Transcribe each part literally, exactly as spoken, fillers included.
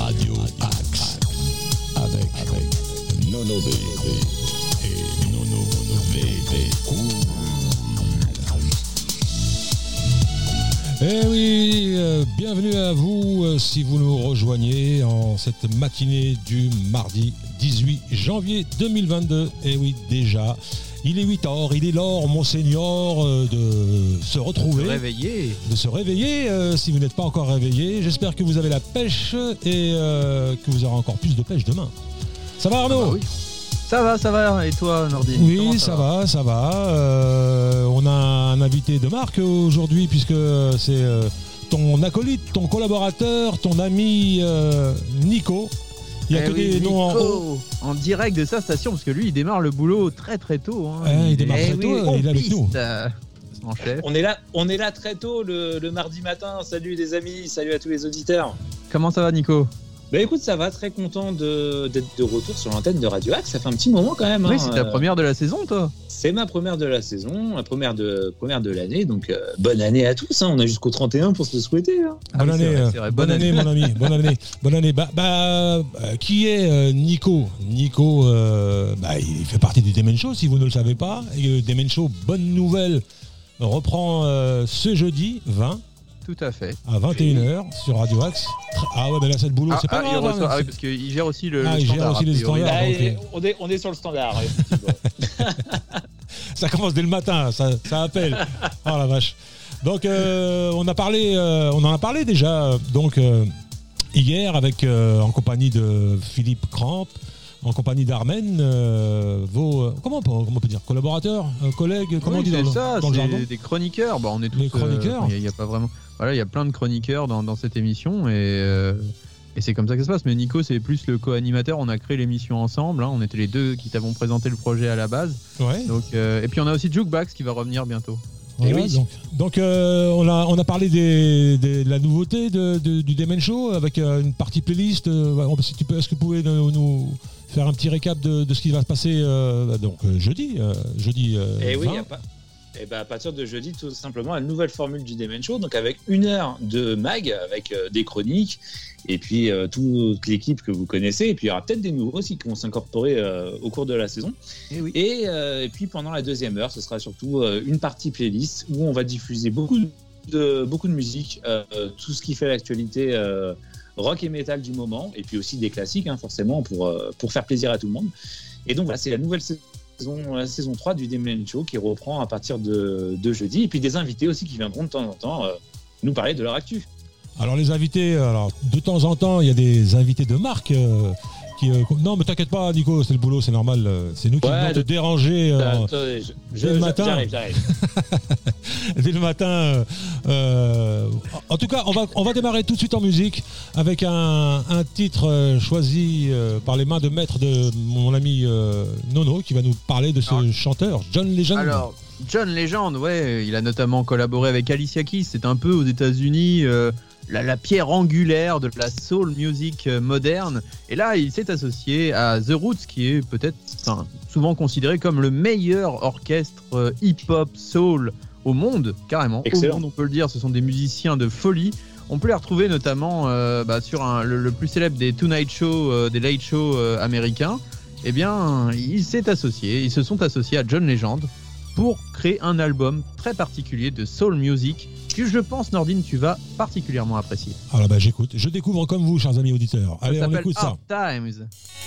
Radio Axe avec, avec Nono B et Nono V V. Eh oui, euh, bienvenue à vous euh, si vous nous rejoignez en cette matinée du mardi dix-huit janvier deux mille vingt-deux. Eh oui, déjà, il est huit heures, il est l'heure, monseigneur, euh, de se retrouver. De se réveiller. De se réveiller, euh, si vous n'êtes pas encore réveillé. J'espère que vous avez la pêche et euh, que vous aurez encore plus de pêche demain. Ça va Arnaud ? Ah bah oui. Ça va, ça va. Et toi, Nordine ? Oui, ça, ça va, va, ça va. Euh, on a un invité de marque aujourd'hui puisque c'est euh, ton acolyte, ton collaborateur, ton ami euh, Nico. Il y a eh que oui, des Nico, noms en haut. En direct de sa station, parce que lui, il démarre le boulot très très tôt. Hein. Eh, il, il démarre est, très tôt, oui, il est avec nous. Euh, en chef. On est là, on est là très tôt le, le mardi matin. Salut les amis, salut à tous les auditeurs. Comment ça va, Nico ? Bah écoute, ça va, très content de, d'être de retour sur l'antenne de Radio Axe. Ça fait un petit moment quand même. Oui, hein. c'est ta première de la saison, toi. C'est ma première de la saison, la première de, première de l'année. Donc, euh, bonne année à tous. Hein. On a jusqu'au trente et un pour se le souhaiter. Hein. Ah, bonne, oui, année, c'est vrai, euh, c'est vrai. bonne, bonne année, année, mon ami. Bonne année. Bonne année. Bah, bah, euh, qui est euh, Nico Nico, euh, bah, il fait partie du Demen Show, si vous ne le savez pas. Et le Demen Show, bonne nouvelle, reprend euh, ce jeudi vingt. Tout à fait. À vingt et une heures sur Radio Axe. Ah ouais, mais là c'est le boulot, ah, c'est pas ah, grave. reçoit, hein, ah oui, parce qu'il gère aussi le, ah, le il standard. gère aussi les standards. Ah, donc, on, est, on est sur le standard. Ça commence dès le matin, ça, ça appelle. Oh la vache. Donc euh, on a parlé, euh, on en a parlé déjà. Donc euh, hier avec euh, en compagnie de Philippe Cramp, en compagnie d'Armen, euh, vos euh, comment, comment on peut dire collaborateurs, euh, collègues, comment oui, on dit c'est dans, ça, dans le c'est jargon. des chroniqueurs. Bah, on est tous Les chroniqueurs. Il euh, n'y a, a pas vraiment. Voilà, il y a plein de chroniqueurs dans, dans cette émission et. Euh... Et c'est comme ça que ça se passe. Mais Nico, c'est plus le co-animateur. On a créé l'émission ensemble. Hein. On était les deux qui t'avons présenté le projet à la base. Ouais. Donc, euh, et puis on a aussi Jukebox qui va revenir bientôt. Voilà, oui. Donc, donc euh, on, a, on a parlé des, des, de la nouveauté de, de, du Demen Show avec euh, une partie playlist. Euh, si tu peux, est-ce que vous pouvez nous, nous faire un petit récap de, de ce qui va se passer euh, donc, euh, jeudi, euh, jeudi euh, Et oui, vingt. y a pas. Et ben à partir de jeudi, tout simplement, la nouvelle formule du Demen Show, donc avec une heure de mag, avec euh, des chroniques, et puis euh, toute l'équipe que vous connaissez, et puis il y aura peut-être des nouveaux aussi qui vont s'incorporer euh, au cours de la saison. Et, oui. et, euh, et puis pendant la deuxième heure, ce sera surtout euh, une partie playlist où on va diffuser beaucoup de, beaucoup de musique, euh, tout ce qui fait l'actualité euh, rock et metal du moment, et puis aussi des classiques, hein, forcément, pour, euh, pour faire plaisir à tout le monde. Et donc voilà, c'est la nouvelle saison. La saison trois du Demen Show qui reprend à partir de, de jeudi, et puis des invités aussi qui viendront de temps en temps euh, nous parler de leur actu. Alors les invités, alors de temps en temps il y a des invités de marque euh, qui euh, non mais t'inquiète pas Nico, c'est le boulot, c'est normal, euh, c'est nous qui Ouais, venons te de... déranger euh, Attendez, je, je, dès le matin. J'arrive, j'arrive. Dès le matin. Euh, euh, en tout cas, on va, on va démarrer tout de suite en musique avec un, un titre euh, choisi euh, par les mains de maître de mon ami euh, Nono qui va nous parler de ce alors, chanteur, John Legend. Alors, John Legend, ouais, il a notamment collaboré avec Alicia Keys. C'est un peu aux États-Unis euh, la, la pierre angulaire de la soul music euh, moderne. Et là, il s'est associé à The Roots, qui est peut-être enfin, souvent considéré comme le meilleur orchestre euh, hip-hop soul au monde, carrément. Excellent. Au monde, on peut le dire, ce sont des musiciens de folie. On peut les retrouver notamment euh, bah, sur un, le, le plus célèbre des Tonight Show, euh, des Late Show euh, américains. Eh bien, il s'est associé, ils se sont associés à John Legend pour créer un album très particulier de soul music que je pense, Nordine, tu vas particulièrement apprécier. Alors bah j'écoute, je découvre comme vous, chers amis auditeurs. Ça Allez, on s'appelle écoute ça. Hard Times.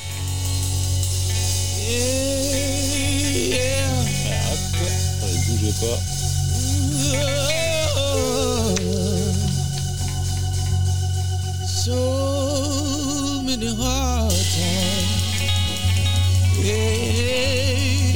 Yeah, yeah. Ah, hop, ne bougez pas. So many hard times. Yeah.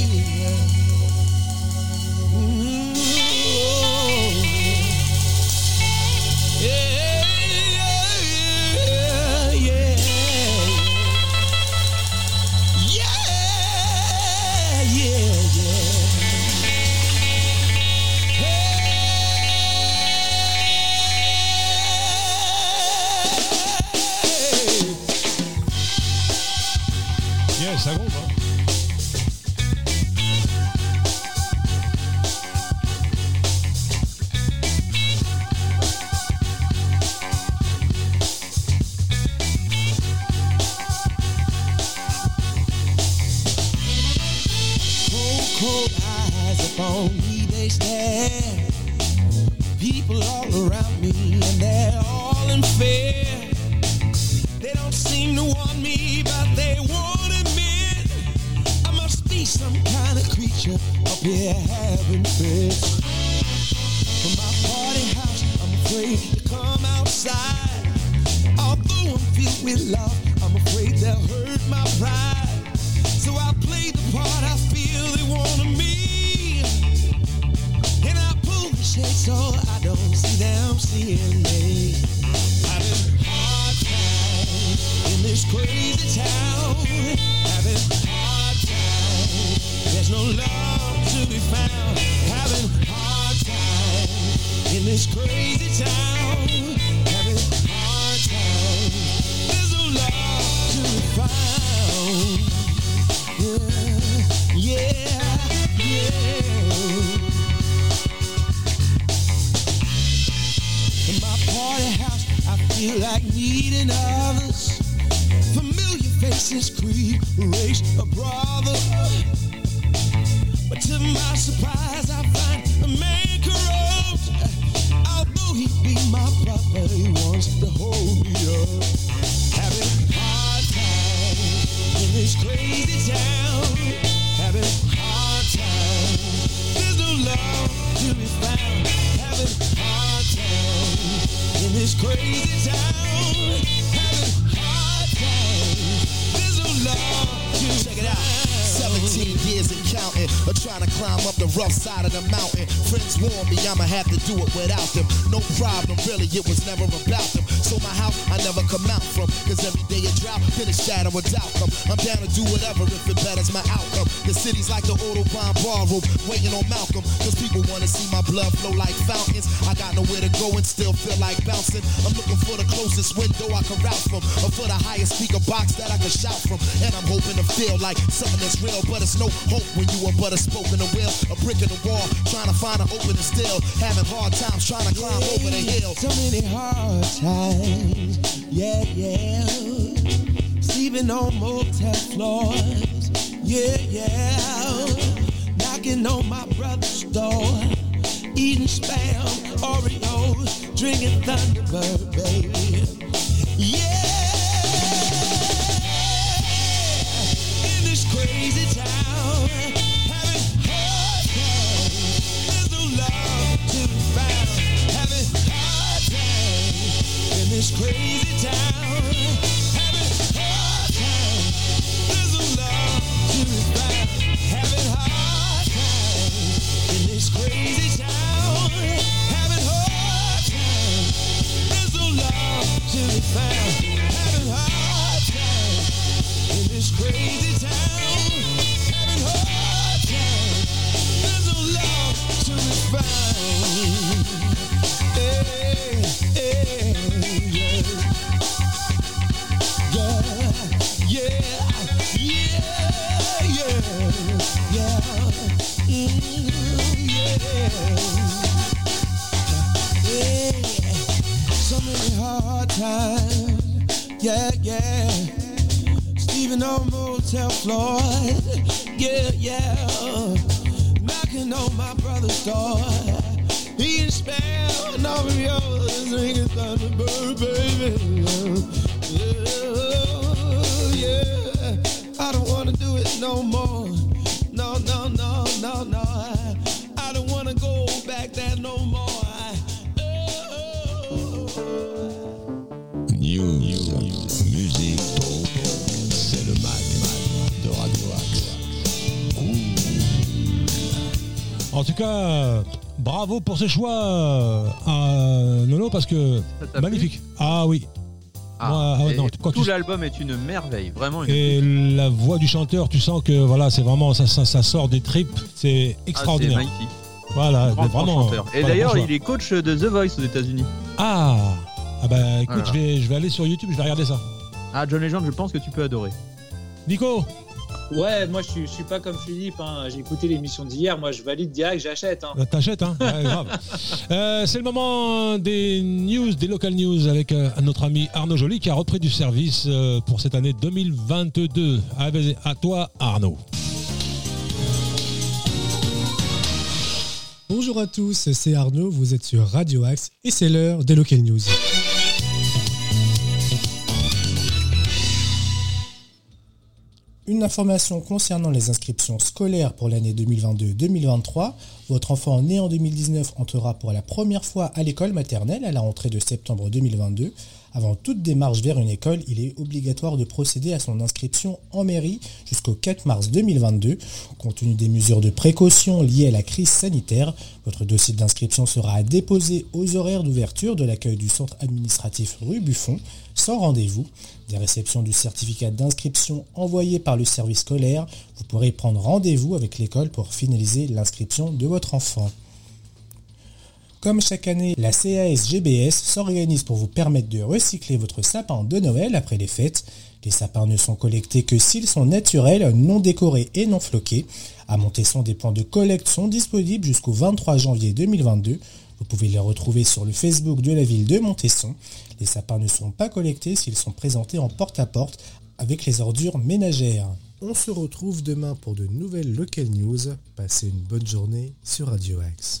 Ça groupe, hein. wasted. People all around me, and they're all in fear. They don't seem to want me, but they won't admit I must be some kind of creature up here having fits. From my party house, I'm afraid to come outside. Although I'm filled with love, I'm afraid they'll hurt my pride. So I play the part I feel they want of me, and I pull the shade so I don't see them seeing me. Having hard time in this crazy town. Having hard time. There's no love to be found. Having hard time in this crazy town. Having hard time. There's no love to be found. Yeah, yeah, yeah. In my party house, I feel like needing others. Familiar faces creep, race a brother. But to my surprise, I find a man corrupt. Although he be my brother, he wants to hold me up. Having hard time in this crazy town. Having hard time. There's no love to be found. Having hard time in this crazy town. Having hard time. There's no love to check it out. seventeen years and counting, or trying to climb up the rough side of the mountain. Friends warn me I'ma have to do it without them. No problem, really, it was never about them. So my house I never come out from, cause every day a drought, then a shadow of doubt come. I'm down to do whatever if it betters my outcome. The city's like the Autobahn ballroom, waiting on Malcolm, cause people wanna see my blood flow like fountains. I got nowhere to go and still feel like bouncing. I'm looking for the closest window I can route from, or for the highest speaker box that I can shout from. And I'm hoping to feel like something that's real, but it's no hope when you are but a spoken a will, a brick in the wall, trying to find an opening still, having hard times trying to climb yeah, over the hill. So many hard times, yeah, yeah. Sleeping on motel floors, yeah, yeah. Knocking on my brother's door, eating spam, Oreos, drinking Thunderbird, baby. Yeah. In this crazy town, having hard time. There's no love to be found. Having hard time in this crazy town. Having hard time. There's no love to be found. Having hard time in this crazy town. Having hard time. There's no love to be found. Having hard time in this crazy town. Having hard time. There's no love to be found. Hey, hey, yeah. Yeah, yeah, yeah, yeah, yeah. Mm, yeah. Yeah. So many hard times, yeah, yeah. Sleeping on motel floors, yeah, yeah. Knocking on my brother's door, eating spam, knocking yours, drinking Thunderbird, baby. Yeah, yeah. I don't wanna do it no more. No, no, no, no, no. I, I don't wanna go back there no more. News, News, musique, c'est le mag de Radio Axe. En tout cas, bravo pour ce choix à Nolo, parce que magnifique. Plu ah oui. Ah, Moi, ah ouais, non, tout tu... l'album est une merveille, vraiment. Une et merveille. La voix du chanteur, tu sens que voilà, c'est vraiment ça, ça, ça sort des tripes, c'est extraordinaire. Ah, c'est magnifique. Voilà, grand, vraiment. grand chanteur. Et voilà, d'ailleurs, bon il est coach de The Voice aux États-Unis. Ah, ah bah écoute, voilà. je vais, je vais aller sur YouTube, je vais regarder ça. Ah, John Legend, je pense que tu peux adorer. Nico. Ouais, moi je suis, je suis pas comme Philippe, hein. J'ai écouté l'émission d'hier, moi je valide direct, j'achète. Hein. T'achètes, hein ouais, grave. euh, C'est le moment des news, des local news avec euh, notre ami Arnaud Joly qui a repris du service euh, pour cette année deux mille vingt-deux. À, à toi Arnaud. Bonjour. Bonjour à tous, c'est Arnaud, vous êtes sur Radio Axe et c'est l'heure des Local News. Une information concernant les inscriptions scolaires pour l'année deux mille vingt-deux deux mille vingt-trois. Votre enfant né en deux mille dix-neuf entrera pour la première fois à l'école maternelle à la rentrée de septembre deux mille vingt-deux. Avant toute démarche vers une école, il est obligatoire de procéder à son inscription en mairie jusqu'au quatre mars deux mille vingt-deux. Compte tenu des mesures de précaution liées à la crise sanitaire, votre dossier d'inscription sera à déposer aux horaires d'ouverture de l'accueil du centre administratif rue Buffon, sans rendez-vous. Des réceptions du certificat d'inscription envoyé par le service scolaire, vous pourrez prendre rendez-vous avec l'école pour finaliser l'inscription de votre enfant. Comme chaque année, la C A S G B S s'organise pour vous permettre de recycler votre sapin de Noël après les fêtes. Les sapins ne sont collectés que s'ils sont naturels, non décorés et non floqués. À Montesson, des points de collecte sont disponibles jusqu'au vingt-trois janvier deux mille vingt-deux. Vous pouvez les retrouver sur le Facebook de la ville de Montesson. Les sapins ne sont pas collectés s'ils sont présentés en porte-à-porte avec les ordures ménagères. On se retrouve demain pour de nouvelles Local News. Passez une bonne journée sur Radio Axe.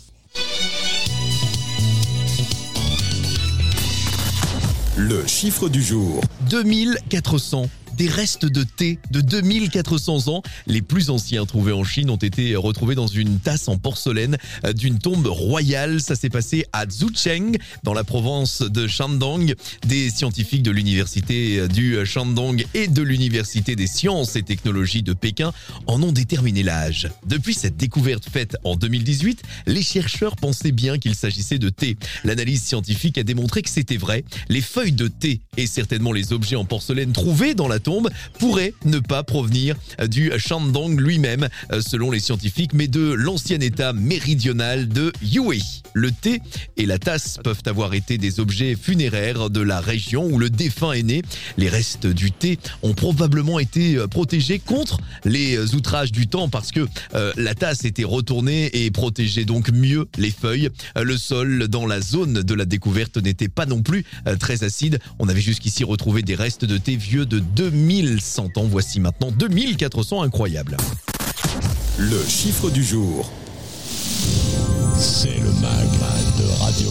Le chiffre du jour. deux mille quatre cents. Des restes de thé de deux mille quatre cents ans. Les plus anciens trouvés en Chine ont été retrouvés dans une tasse en porcelaine d'une tombe royale. Ça s'est passé à Zhucheng, dans la province de Shandong. Des scientifiques de l'université du Shandong et de l'université des sciences et technologies de Pékin en ont déterminé l'âge. Depuis cette découverte faite en deux mille dix-huit, les chercheurs pensaient bien qu'il s'agissait de thé. L'analyse scientifique a démontré que c'était vrai. Les feuilles de thé et certainement les objets en porcelaine trouvés dans la tombe pourrait ne pas provenir du Shandong lui-même, selon les scientifiques, mais de l'ancien état méridional de Yue. Le thé et la tasse peuvent avoir été des objets funéraires de la région où le défunt est né. Les restes du thé ont probablement été protégés contre les outrages du temps parce que euh, la tasse était retournée et protégeait donc mieux les feuilles. Le sol dans la zone de la découverte n'était pas non plus euh, très acide. On avait jusqu'ici retrouvé des restes de thé vieux de deux mille cent ans. Voici maintenant deux mille quatre cents, incroyable. Le chiffre du jour. C'est le mag de Radio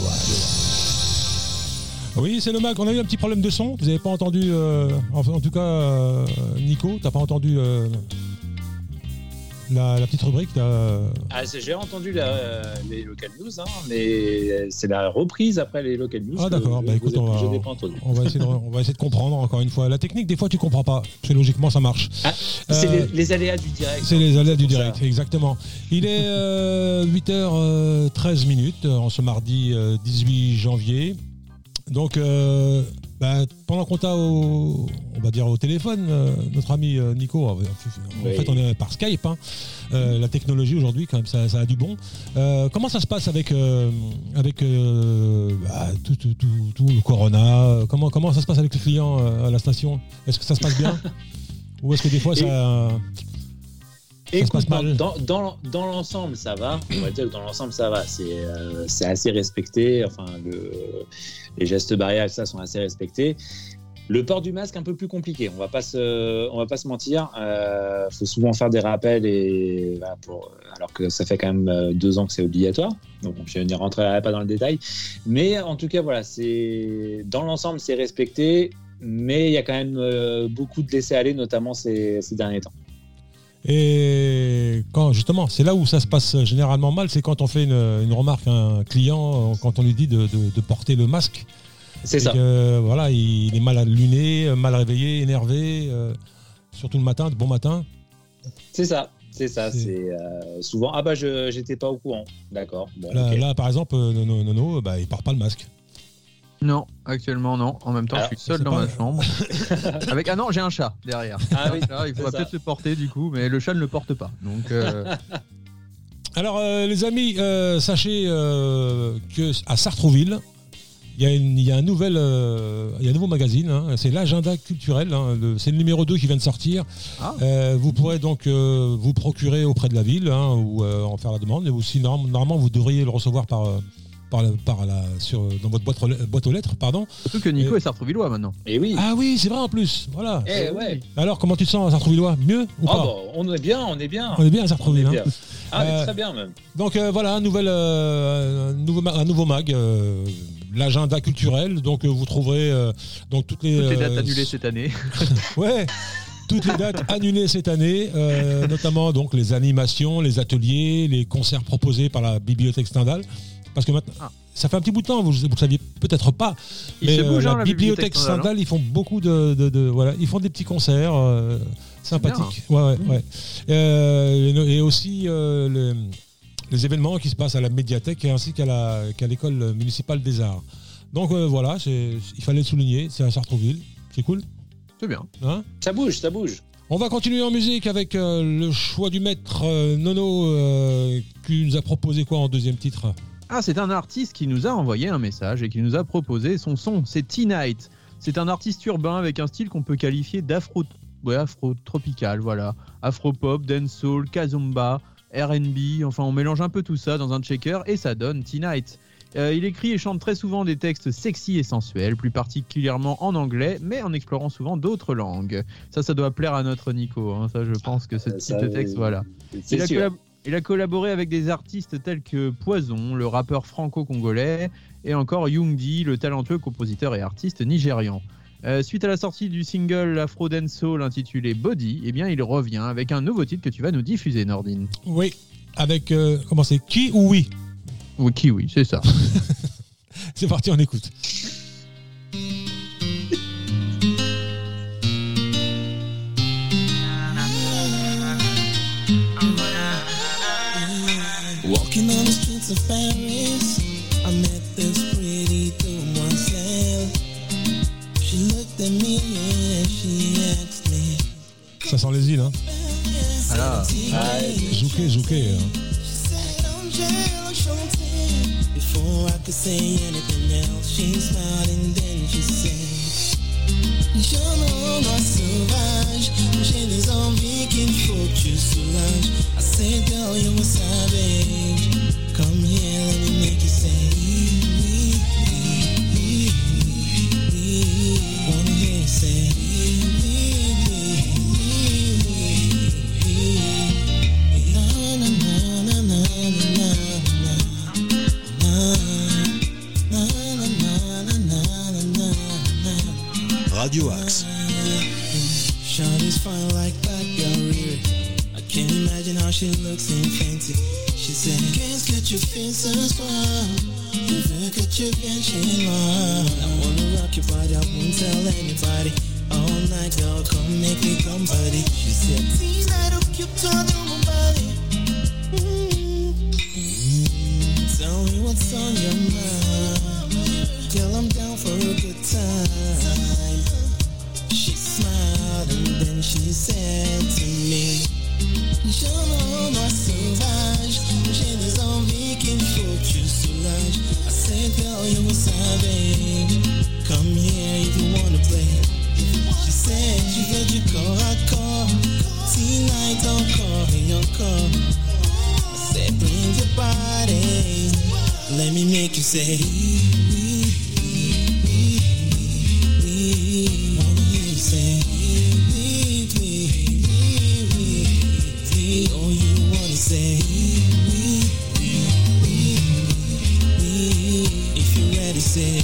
Axe. Oui, c'est le mag. On a eu un petit problème de son. Vous n'avez pas entendu, euh, en, en tout cas, euh, Nico, t'as pas entendu euh, la, la petite rubrique t'as... Ah, j'ai entendu la, les local news, hein, mais c'est la reprise après les local news. Ah d'accord, que, bah que écoute, vous on va, je n'ai pas entendu. on, va essayer de, on va essayer de comprendre encore une fois. La technique, des fois, tu comprends pas. C'est logiquement, ça marche. Ah, c'est Euh, les, les aléas du direct. C'est les aléas du pour direct, ça. exactement. Il est euh, huit heures treize minutes en ce mardi euh, dix-huit janvier. Donc, euh, bah, pendant qu'on t'a au, on va dire au téléphone, euh, notre ami euh, Nico, en Oui. fait on est par Skype, hein. Euh, la technologie aujourd'hui quand même ça, ça a du bon. Euh, comment ça se passe avec, euh, avec euh, bah, tout, tout, tout, tout le corona, comment, comment ça se passe avec les clients euh, à la station? Est-ce que ça se passe bien? Ou est-ce que des fois Et- ça... Et Ça se passe écoute, mal. dans, dans, dans l'ensemble, ça va. On va dire que dans l'ensemble, ça va. C'est euh, c'est assez respecté. Enfin, le, les gestes barrières, ça, sont assez respectés. Le port du masque, un peu plus compliqué. On va pas se, on va pas se mentir. Il euh, faut souvent faire des rappels et voilà, pour, alors que ça fait quand même deux ans que c'est obligatoire. Donc, je ne rentrerai pas dans le détail. Mais en tout cas, voilà, c'est dans l'ensemble, c'est respecté. Mais il y a quand même euh, beaucoup de laisser-aller, notamment ces, ces derniers temps. Et quand justement, c'est là où ça se passe généralement mal, c'est quand on fait une, une remarque à un client, quand on lui dit de, de, de porter le masque. C'est Et ça. que, voilà, il est mal luné, mal réveillé, énervé, euh, surtout le matin, de bon matin. C'est ça, c'est ça. C'est- C'est euh, souvent ah bah je j'étais pas au courant. D'accord. Bon, Là, ok. là, par exemple, euh, Nono, Nono, bah, il porte pas le masque. Non, actuellement non. En même temps, Alors, je suis seul c'est dans pas- ma chambre. Avec ah non, j'ai un chat derrière. Ah oui, Là, il c'est faudra ça. peut-être le porter du coup, mais le chat ne le porte pas. Donc euh, Alors, euh, les amis, euh, sachez euh, que à Sartrouville, il y a, une, il y a un nouvel, euh, il y a un nouveau magazine. Hein, c'est l'agenda culturel. Hein, le- c'est le numéro deux qui vient de sortir. Ah. Euh, vous pourrez donc euh, vous procurer auprès de la ville hein, ou euh, en faire la demande. Et aussi, norm- normalement, vous devriez le recevoir par, euh, par, la, par la, sur, dans votre boîte, aux- boîte aux lettres. Pardon. surtout que Nico Et- est sartrouvillois maintenant. Et oui. Ah oui, c'est vrai en plus. Voilà. Eh ouais. Alors, comment tu te sens à Sartrouville? Mieux ou Ah pas? bon, on est bien, on est bien. On est bien à On Sartrouville. est Hein. bien. Ah, mais Euh, très bien même. Donc euh, voilà, un, nouvel, euh, un, nouveau, ma- un nouveau mag, euh, l'agenda culturel. Donc euh, vous trouverez euh, donc toutes les, Toutes les dates euh, annulées cette année. Ouais, toutes les dates annulées cette année, euh, notamment donc les animations, les ateliers, les concerts proposés par la bibliothèque Stendhal. Parce que maintenant, Ah. ça fait un petit bout de temps, vous ne le saviez peut-être pas, Il mais se bouge, euh, hein, la, la bibliothèque bibliothèque Stendhal, Stendhal, ils font beaucoup de, de, de- voilà, ils font des petits concerts euh, sympathiques. Ouais, ouais, ouais. Euh, et, et aussi euh, les, les événements qui se passent à la médiathèque ainsi qu'à la, qu'à l'école municipale des arts. Donc euh, voilà, c'est, il fallait le souligner, c'est à Sartrouville, c'est cool. C'est bien. Hein, Ça bouge, ça bouge. on va continuer en musique avec euh, le choix du maître euh, Nono euh, qui nous a proposé quoi en deuxième titre? Ah, c'est un artiste qui nous a envoyé un message et qui nous a proposé son son. C'est T-Night. C'est un artiste urbain avec un style qu'on peut qualifier d'afro, ouais, afro-tropical, voilà. Afro-pop, dancehall, kazumba, R and B. Enfin, on mélange un peu tout ça dans un checker et ça donne T-Night. Euh, il écrit et chante très souvent des textes sexy et sensuels, plus particulièrement en anglais, mais en explorant souvent d'autres langues. Ça, ça doit plaire à notre Nico. Hein. Ça, je pense que ce Euh, type ça, de texte, voilà. C'est Il a, sûr. collab- il a collaboré avec des artistes tels que Poison, le rappeur franco-congolais, et encore Youngdi, le talentueux compositeur et artiste nigérian. Euh, suite à la sortie du single Afro Dancehall intitulé Body, eh bien, il revient avec un nouveau titre que tu vas nous diffuser, Nordine. Oui, avec euh, comment c'est, qui ou oui? Oui, kiwi, c'est ça. C'est parti, on écoute. Walking on the streets of Paris, I met this pretty demoiselle. She looked at me and she asked me, Ça sent les îles, hein. Alors, Zouké, Zouké. Hein. she said, Angèle, enchantée. Before I could say anything else, she smiled and then she said, Jeune homme sauvage, j'ai des envies qu'il faut que tu soulages. I said, girl, you're a savage. Come here, let me make you say, wanna hear you say, na na na na na na na. Radio Axe. Shawty's fine like that, girl, really. I can't imagine how she looks in fancy. She said, qu'est-ce que tu fais ce soir? Je veux que tu viennes chez moi. I wanna rock your body, I won't tell anybody. All night, girl, come make me come buddy. She said, T-Night, occupe-toi dans mon body. Mm-hmm. Tell me what's on your mind. Girl, I'm down for a good time. She smiled and then she said to me, Jeune homme sauvage, j'ai des envies qu'il faut que tu soulages. I said, girl, you're a savage. Come here if you wanna play. She said, tu veux du corps à corps. Tonight encore et encore. I said, bring your body. Let me make you say, wanna hear you say, oh, you wanna say, if you're ready, say.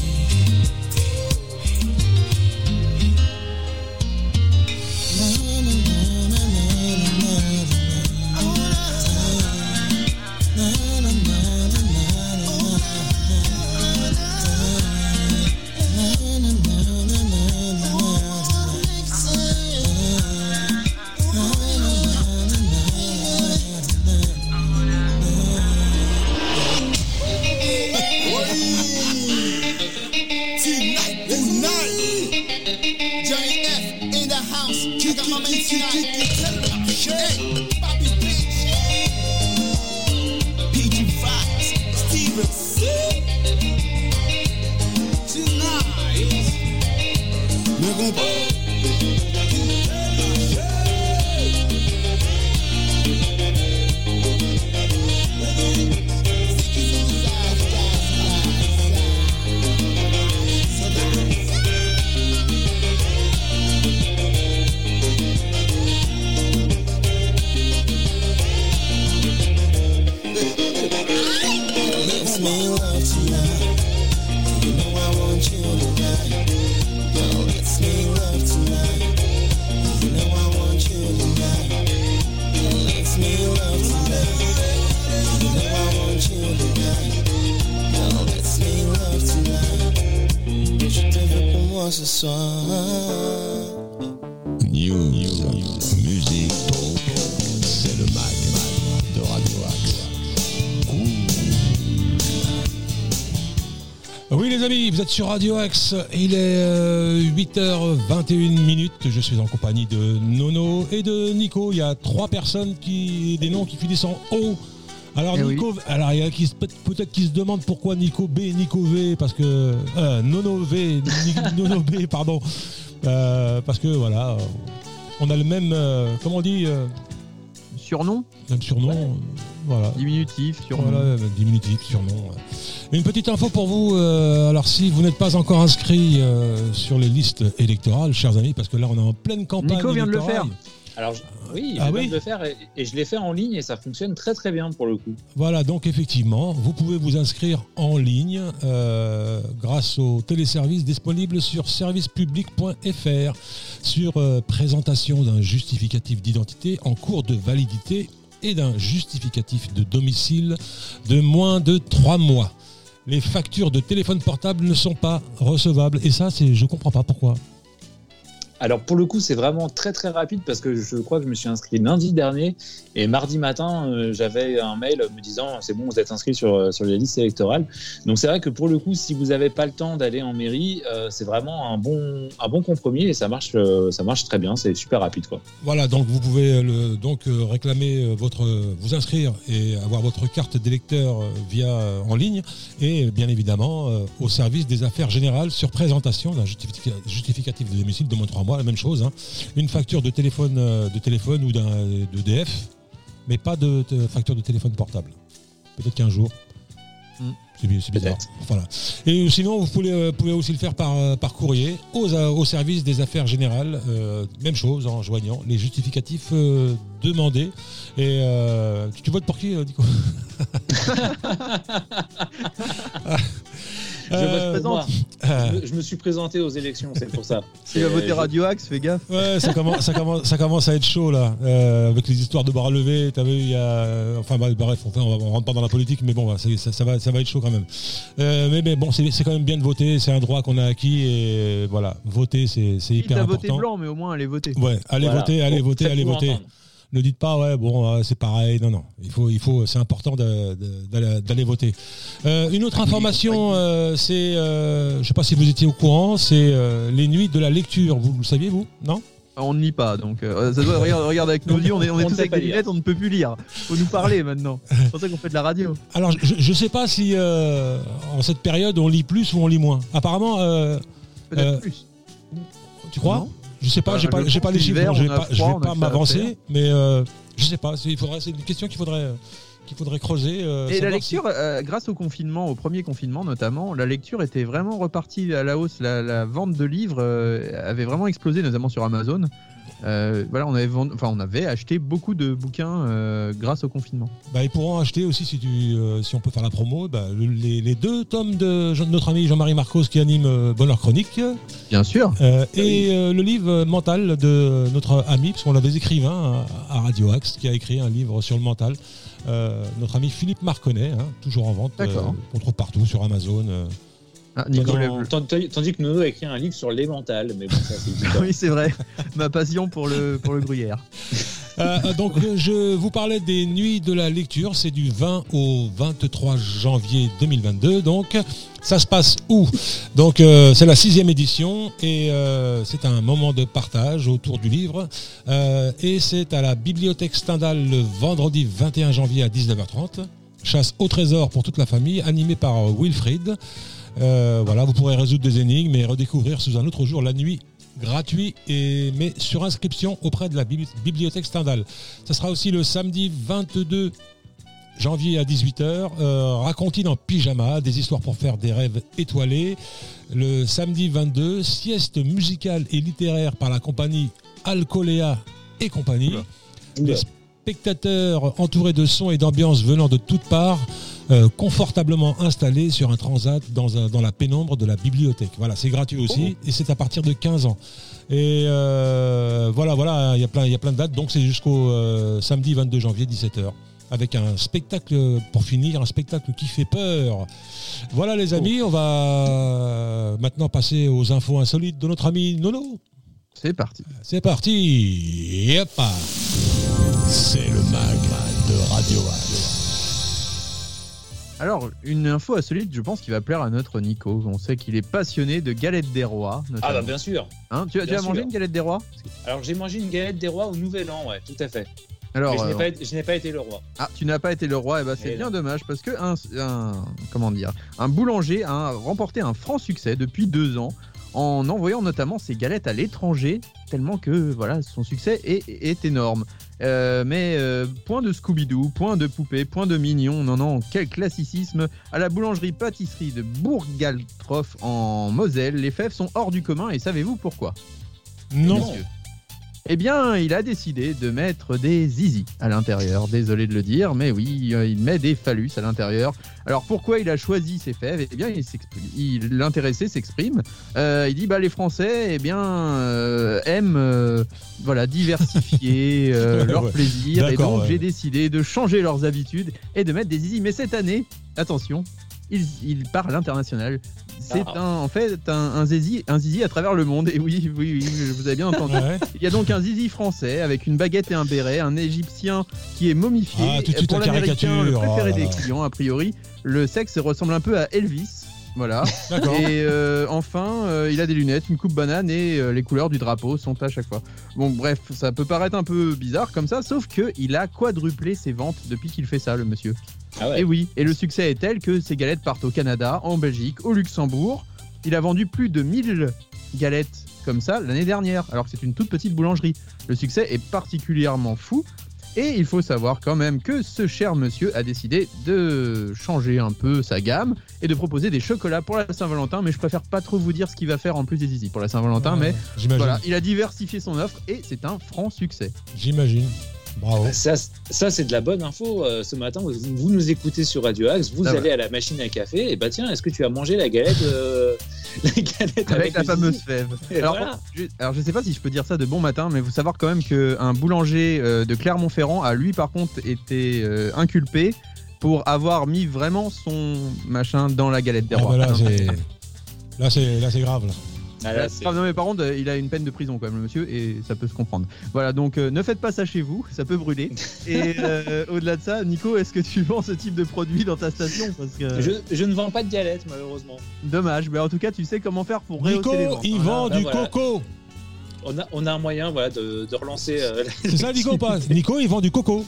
moi ce soir. News, musique, c'est le mag de Radio Axe. Oui les amis, vous êtes sur Radio Axe, il est euh, huit heures vingt et une minutes, je suis en compagnie de Nono et de Nico. Il y a trois personnes, qui, des noms qui finissent en O. Alors Eh Nico, oui. alors il y a qui se- peut-être qui se demandent pourquoi Nico B et Nico V, parce que euh, Nono V, Ni- Nono B, pardon, Euh, parce que voilà, euh, on a le même, euh, comment on dit, euh, Surnom, même surnom, Ouais. euh, voilà. diminutif, surnom. Voilà, euh, diminutif, surnom. ouais. Une petite info pour vous, euh, alors si vous n'êtes pas encore inscrit euh, sur les listes électorales, chers amis, parce que là on est en pleine campagne Nico vient de le électorale. faire. Alors, je- oui, Ah je viens oui de le faire et, et je l'ai fait en ligne et ça fonctionne très très bien pour le coup. Voilà, donc effectivement, vous pouvez vous inscrire en ligne euh, grâce au téléservice disponible sur service public point f r sur euh, présentation d'un justificatif d'identité en cours de validité et d'un justificatif de domicile de moins de trois mois. Les factures de téléphone portable ne sont pas recevables et ça, c'est, je comprends pas pourquoi. Alors pour le coup, c'est vraiment très très rapide parce que je crois que je me suis inscrit lundi dernier et mardi matin, euh, j'avais un mail me disant c'est bon, vous êtes inscrit sur, sur les listes électorales. Donc c'est vrai que pour le coup, si vous n'avez pas le temps d'aller en mairie, euh, c'est vraiment un bon, un bon compromis et ça marche, euh, ça marche très bien, c'est super rapide quoi. Voilà, donc vous pouvez euh, le, donc euh, réclamer euh, votre, euh, vous inscrire et avoir votre carte d'électeur euh, via euh, en ligne et bien évidemment euh, au service des affaires générales sur présentation d'un justifica- justificatif de domicile de moins de trois mois, la même chose, hein. Une facture de téléphone, euh, de téléphone ou d'un de D F, mais pas de, de facture de téléphone portable. Peut-être qu'un jour. Mm. C'est bi- c'est bizarre. Peut-être. Voilà. Et sinon, vous pouvez, euh, pouvez aussi le faire par, euh, par courrier aux, euh, au service des affaires générales. Euh, même chose, en joignant les justificatifs euh, demandés. Et euh, tu, tu votes pour qui, euh, Nico? Je Euh, vote pour moi. euh, Je me- Je me suis présenté aux élections, c'est pour ça. Tu vas C'est- voter je- Radio Axe, fais gaffe. Ouais, ça commence, ça commence, ça commence à être chaud là, euh, avec les histoires de bras levés. T'as vu, il y a, enfin bah, bref, enfin, on, va, on rentre pas dans la politique, mais bon, ça, ça, ça va, ça va être chaud quand même. Euh, mais, mais bon, c'est, c'est quand même bien de voter, c'est un droit qu'on a acquis et voilà, voter, c'est, c'est Il hyper t'a voté important. blanc, mais au moins allez voter. Ouais, allez Voilà. voter, allez Bon, voter, allez faites-vous voter. entendre. Ne dites pas ouais bon euh, c'est pareil, non non, il faut il faut c'est important de, de, d'aller, d'aller voter. Euh, une autre information, euh, c'est euh, je sais pas si vous étiez au courant, c'est euh, les nuits de la lecture. Vous le saviez vous? Non? On ne lit pas, donc euh, ça doit, regarde, regarde avec nos yeux, on est, on est On ne tous sait avec pas des lire. lunettes, on ne peut plus lire. Faut nous parler maintenant. C'est pour ça qu'on fait de la radio. Alors je, je sais pas si euh, en cette période on lit plus ou on lit moins. Apparemment, euh, Peut-être Euh, plus. tu crois? Non. Je sais pas, Bah, j'ai pas, je j'ai pense pas les que chiffres, l'hiver, donc je vais on a pas, je froid, vais on a pas que ça à m'avancer, faire. mais euh, je sais pas. C'est, il faudrait, c'est une question qu'il faudrait, qu'il faudrait creuser. euh, Et la savoir lecture, euh, grâce au confinement, au premier confinement notamment, la lecture était vraiment repartie à la hausse. La, la vente de livres euh, avait vraiment explosé, notamment sur Amazon. Euh, voilà, on avait, vendu, enfin, on avait acheté beaucoup de bouquins euh, grâce au confinement. si- Bah, ils pourront acheter aussi si tu, euh, si on peut faire la promo. Bah, le- les, les deux tomes de Jean- notre ami Jean-Marie Marcos qui anime euh, Bonheur Chronique Bien sûr. euh, et euh, le livre mental de notre ami, parce qu'on avait des écrivains à, à Radio Axe qui a écrit un livre sur le mental. Euh, notre ami Philippe Marconnet, hein, toujours en vente. D'accord. euh, qu'on trouve partout sur Amazon. euh. Ah, Nico Dans- lève- Tandis tandis que Nono a écrit un livre sur les mentales, mais bon, ça c'est différent. Oui, c'est vrai. Ma passion pour le, pour le gruyère. Euh, donc euh, je vous parlais des nuits de la lecture, c'est du vingt au vingt-trois janvier deux mille vingt-deux, donc ça se passe où? Donc euh, c'est la sixième édition et euh, c'est un moment de partage autour du livre euh, et c'est à la bibliothèque Stendhal le vendredi vingt et un janvier à dix-neuf heures trente, chasse au trésor pour toute la famille, animée par Wilfried. Euh, voilà, vous pourrez résoudre des énigmes et redécouvrir sous un autre jour la nuit gratuit et mais sur inscription auprès de la bibli- bibliothèque Stendhal. Ça sera aussi le samedi vingt-deux janvier à dix-huit heures, euh, racontine en pyjama, des histoires pour faire des rêves étoilés. Le samedi vingt-deux, sieste musicale et littéraire par la compagnie Alcoléa et compagnie. Les spectateurs entourés de sons et d'ambiance venant de toutes parts, euh, confortablement installés sur un transat dans, un- dans la pénombre de la bibliothèque. Voilà, c'est gratuit aussi et c'est à partir de quinze ans. Et euh, voilà, voilà, il y a plein, il y a plein de dates, donc c'est jusqu'au euh, samedi vingt-deux janvier dix-sept heures avec un spectacle, pour finir, un spectacle qui fait peur. Voilà les amis, on va maintenant passer aux infos insolites de notre ami Nono. C'est parti. C'est parti. Yep. C'est le mag de Radio Axe. Alors, une info insolite, je pense qu'il va plaire à notre Nico. On sait qu'il est passionné de galettes des rois. Ah notamment. bah bien sûr. Hein, tu as, tu bien as mangé sûr. une galette des rois? Alors j'ai mangé une galette des rois au Nouvel An, ouais, tout à fait. Alors, Mais je n'ai euh, pas, été- je n'ai pas été le roi. Ah, tu n'as pas été le roi, et bah c'est Eh bien non. dommage parce que un, un- comment dire, un boulanger a remporté un franc succès depuis deux ans en envoyant notamment ses galettes à l'étranger, tellement que voilà son succès est, est énorme. Euh, mais euh, point de Scooby-Doo, point de poupée, point de mignon, non non, quel classicisme. À la boulangerie-pâtisserie de Bourgaltroff en Moselle, les fèves sont hors du commun et savez-vous pourquoi? Non. Messieurs. Eh bien, il a décidé de mettre des zizi à l'intérieur. Désolé de le dire, mais oui, euh, il met des phallus à l'intérieur. Alors pourquoi il a choisi ces fèves? Eh bien, il s'exprime. Il, l'intéressé s'exprime. Euh, il dit bah les Français, eh bien, euh, aiment, euh, voilà, diversifier euh, leur Ouais. plaisir. Et D'accord, donc ouais. j'ai décidé de changer leurs habitudes et de mettre des zizi. Mais cette année, attention, il, il part à l'international. C'est Ah. un, en fait un, un zizi, un zizi à travers le monde. Et oui, oui, oui, vous avez bien entendu. Ouais. Il y a donc un zizi français avec une baguette et un béret, un égyptien qui est momifié. Ah, tout de suite, Pour la l'américain, le caricature. préféré Oh là des là. clients, a priori, le sexe ressemble un peu à Elvis. Voilà. D'accord. Et euh, enfin, euh, il a des lunettes, une coupe banane et euh, les couleurs du drapeau sont à chaque fois. Bon, bref, ça peut paraître un peu bizarre comme ça, sauf que il a quadruplé ses ventes depuis qu'il fait ça, le monsieur. Ah ouais. Et oui, et le succès est tel que ses galettes partent au Canada, en Belgique, au Luxembourg. Il a vendu plus de mille galettes comme ça l'année dernière, alors que c'est une toute petite boulangerie. Le succès est particulièrement fou. Et il faut savoir quand même que ce cher monsieur a décidé de changer un peu sa gamme et de proposer des chocolats pour la Saint-Valentin. Mais je préfère pas trop vous dire ce qu'il va faire en plus des zizi pour la Saint-Valentin. Mais J'imagine. voilà, il a diversifié son offre et c'est un franc succès. J'imagine. Bravo. Ça, ça c'est de la bonne info. Euh, ce matin, vous, vous nous écoutez sur Radio Axe, vous Ah allez ouais. à la machine à café, et bah tiens, est-ce que tu as mangé la galette, euh, la galette Avec, la le fameuse zizi fève. Et Alors, voilà. je, alors je sais pas si je peux dire ça de bon matin, mais vous savoir quand même qu'un boulanger euh, de Clermont-Ferrand a lui par contre été euh, inculpé pour avoir mis vraiment son machin dans la galette des Ah, rois. bah là, Non, c'est... Là, c'est... Là, c'est grave. Là. Ah, là, Euh, c'est- non mais par contre euh, il a une peine de prison quand même le monsieur et ça peut se comprendre. Voilà donc euh, ne faites pas ça chez vous, ça peut brûler. Et euh, au-delà de ça, Nico, est-ce que tu vends ce type de produit dans ta station? Parce que je, je ne vends pas de galette, malheureusement. dommage, mais en tout cas tu sais comment faire pour rehausser Nico, les ventes. il Voilà. vend là, du voilà. coco. On a, on a un moyen voilà, de, de relancer. euh, C'est ça, Nico, ou pas? Nico, il vend du coco.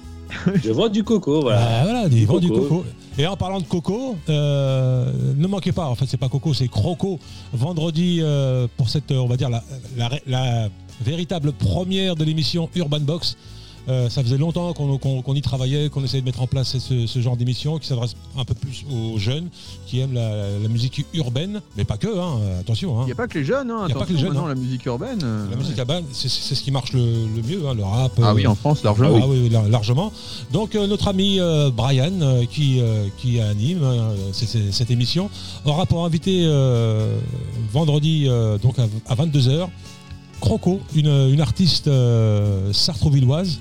je vends du coco, voilà. Ah, voilà, il vend du coco. coco. Et en parlant de coco, euh, ne manquez pas, en fait, c'est pas coco, c'est croco. Vendredi, euh, pour cette, on va dire, la, la, la véritable première de l'émission Urban Box. Euh, ça faisait longtemps qu'on qu'on- qu'on y travaillait, qu'on essayait de mettre en place ce, ce genre d'émission qui s'adresse un peu plus aux jeunes qui aiment la, la musique urbaine, mais pas que, hein, attention. Hein. Il n'y a pas que les jeunes, hein, Y a pas que les attention, jeunes, maintenant, hein. la musique urbaine. euh, La musique ouais. urbaine, c'est c'est ce qui marche le, le mieux, hein, le rap. Ah euh, oui, en France, largement. Ah oui, oui, lar- largement. Donc euh, notre ami euh, Brian euh, qui, euh, qui anime euh, c'est- c'est- cette émission aura pour invité euh, vendredi euh, donc à, à vingt-deux heures Croco, une, une artiste euh, sartrouvilloise.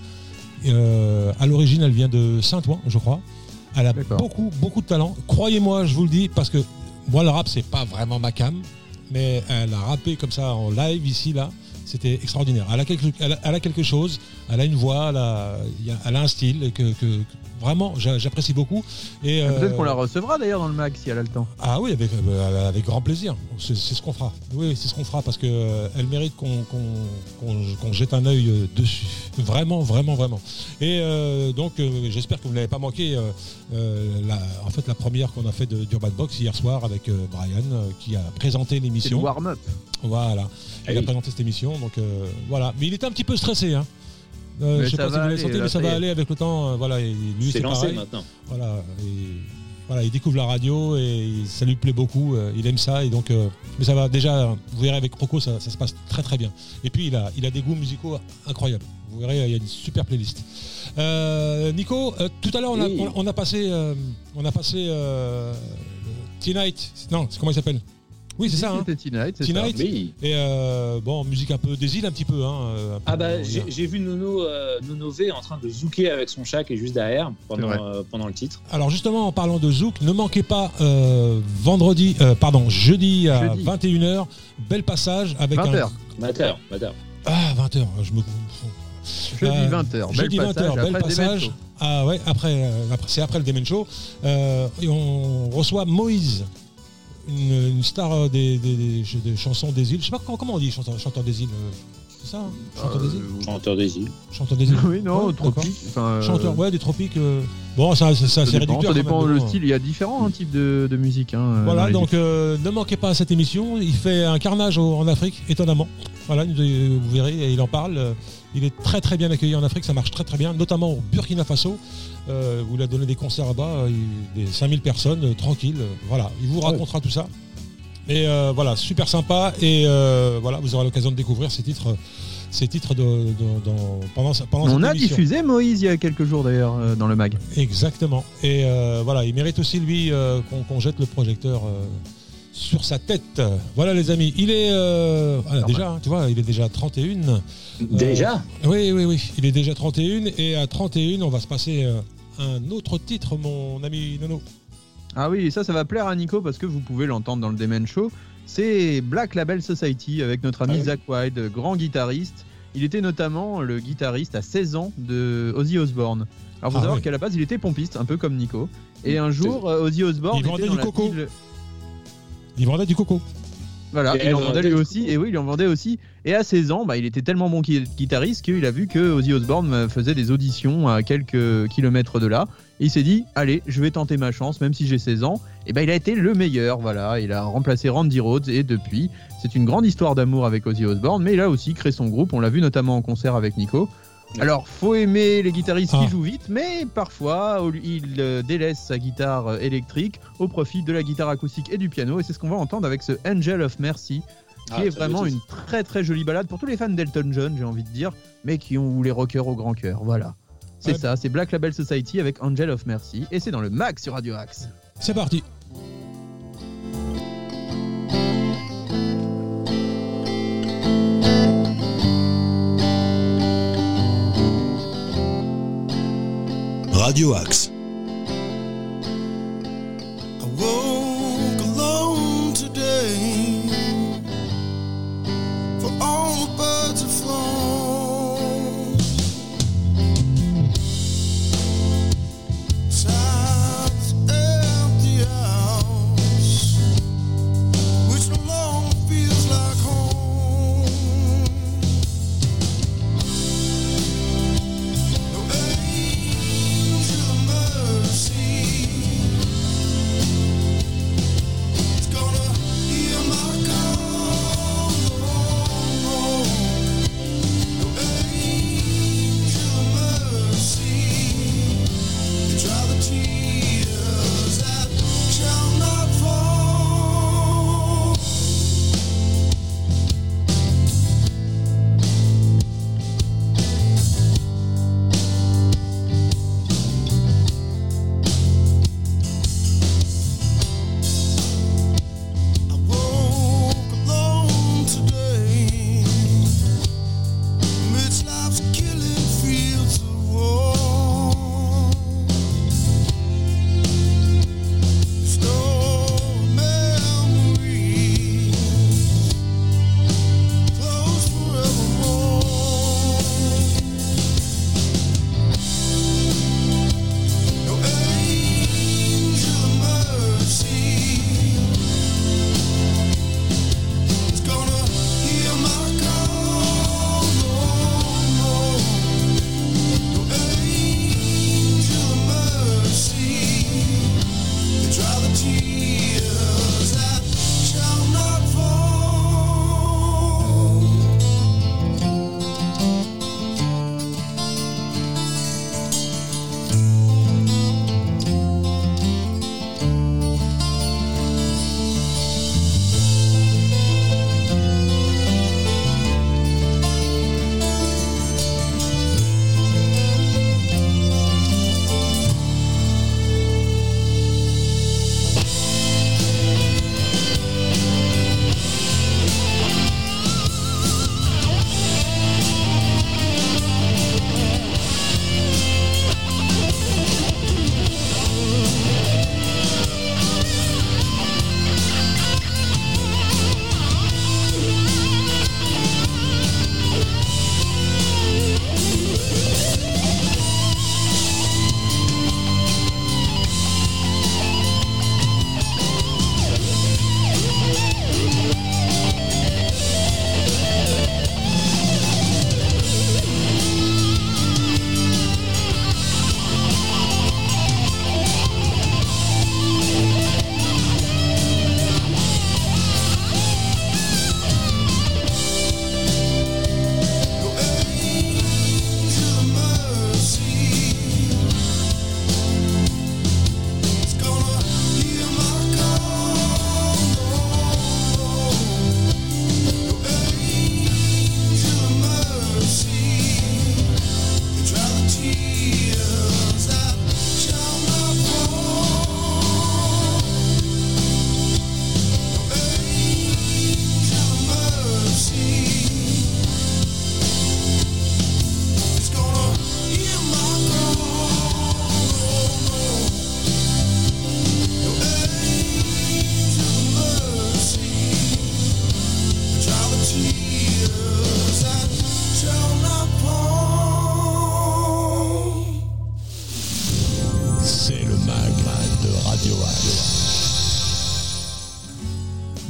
Euh, à l'origine, elle vient de Saint-Ouen, je crois. Elle a D'accord. beaucoup, beaucoup de talent. Croyez-moi, je vous le dis, parce que moi, le rap, c'est pas vraiment ma cam, mais elle a rappé comme ça en live ici, là. C'était extraordinaire. Elle a, quelque, elle, a, elle a quelque chose, elle a une voix, elle a, il y a- elle a un style que, que- que vraiment j'a- j'apprécie beaucoup. Et, Peut-être euh, qu'on la recevra d'ailleurs dans le mag si elle a le temps. ah oui, avec, euh, avec grand plaisir. C'est c'est ce qu'on fera. Oui, c'est ce qu'on fera parce que euh, elle mérite qu'on qu'on- qu'on- qu'on jette un œil euh, dessus. Vraiment, vraiment, vraiment. Et euh, donc, euh, j'espère que vous n'avez pas manqué euh, euh, la, en fait, la première qu'on a fait de d'Urban Box hier soir avec euh, Brian euh, qui a présenté C'est le l'émission. warm-up. Voilà. Il Ah a oui. présenté cette émission. Donc euh, voilà. Mais il était un petit peu stressé. Hein. Euh, Mais je sais ça pas si va vous l'avez aller, senti, là, mais ça ça y va est. aller avec le temps. euh, Voilà. Et lui, C'est c'est lancé pareil. maintenant. Voilà, et voilà, il découvre la radio et ça lui plaît beaucoup, euh, il aime ça et donc euh, mais ça va déjà, vous verrez avec Croco ça, ça se passe très très bien. Et puis il a, il a des goûts musicaux incroyables. Vous verrez, il y a une super playlist. Euh, Nico, euh, tout à l'heure on a, Oui. on, on a passé, euh, on a passé euh, Tonight. Non, c'est comment il s'appelle? Oui, c'est ça. Hein. C'était T-Night, c'est T-Night. ça. Oui. Et euh, bon, musique un peu des îles, un petit peu. Hein, un peu Ah bah on j'ai, dirait. j'ai vu Nono, euh, Nono V en train de zouker avec son chat qui est juste derrière pendant, C'est vrai. euh, pendant le titre. Alors justement, en parlant de Zouk, ne manquez pas euh, vendredi, euh, pardon, jeudi à Jeudi. vingt et une heures, bel passage avec vingt un... heures. Mater, Mater. Ah, vingt heures, je me... Jeudi Euh, vingt heures. Jeudi vingt heures, bel passage. Ah ouais, après, euh, après c'est après le Demen Show. Euh, et on reçoit Moïse, une, une star euh, des, des, des, des chansons des îles. Je sais pas comment, comment on dit chanteur, chanteur des îles. euh, C'est ça, hein chanteur des îles. Chanteur des îles. Chanteur des îles. Oui, non, Ouais, tropique. Enfin, euh, Chanteur, ouais, des tropiques. euh, Bon, ça, ça, ça, Ça c'est dépend, réducteur. ça quand dépend même, le mais bon. style. Il y a différents hein, types de, de musique. Hein, dans Voilà, les donc îles. euh, ne manquez pas à cette émission. Il fait un carnage au- en Afrique, étonnamment. Voilà, nous- vous verrez, et il en parle. Euh, Il est très très bien accueilli en Afrique, ça marche très très bien, notamment au Burkina Faso, euh, où il a donné des concerts là-bas, euh, il- des cinq mille personnes, euh, tranquilles. euh, voilà, il vous racontera tout ça. Et euh, voilà, super sympa. Et euh, voilà, vous aurez l'occasion de découvrir ces titres, ces titres de, de- dans- pendant, pendant On cette a émission. diffusé Moïse il y a quelques jours d'ailleurs euh, dans le mag. Exactement. Et euh, voilà, il mérite aussi lui euh, qu'on qu'on jette le projecteur euh, sur sa tête. Voilà les amis, il est euh, ah, déjà, hein, tu vois, il est déjà trente et une. Déjà Oui, oui, oui, il est déjà trente et une et à trente et une, on va se passer euh, un autre titre, mon ami Nono. Ah oui, ça, ça va plaire à Nico parce que vous pouvez l'entendre dans le Demen Show. C'est Black Label Society avec notre ami Ah oui. Zakk Wylde, grand guitariste. Il était notamment le guitariste à seize ans de Ozzy Osbourne. Alors, faut Ah savoir oui. qu'à la base, il était pompiste, un peu comme Nico. Et un jour, euh, Ozzy Osbourne Il vendait était dans du la coco. ville- Il vendait du coco. Voilà, Et il elle en vendait vendait lui du aussi. Et oui, il en vendait aussi. Et à seize ans, bah, il était tellement bon gui- guitariste qu'il a vu que Ozzy Osbourne faisait des auditions à quelques kilomètres de là. Et il s'est dit, allez, je vais tenter ma chance, même si j'ai seize ans. Et ben, il a été le meilleur. Voilà, il a remplacé Randy Rhoads. Et depuis, c'est une grande histoire d'amour avec Ozzy Osbourne. Mais il a aussi créé son groupe. On l'a vu notamment en concert avec Nico. Alors, faut aimer les guitaristes Ah. qui jouent vite, mais parfois, au- il euh, délaisse sa guitare euh, électrique au profit de la guitare acoustique et du piano. Et c'est ce qu'on va entendre avec ce Angel of Mercy, qui Ah, est très vraiment beau une titre. très très jolie balade pour tous les fans d'Elton John, j'ai envie de dire, mais qui ont ou les rockers au grand cœur. Voilà. C'est Ouais. ça, c'est Black Label Society avec Angel of Mercy, et c'est dans le mag sur Radio Axe. C'est parti. Radio Axe. I woke alone today, for all the birds have flown. Time's empty house, which no longer feels like home. No angel of mercy.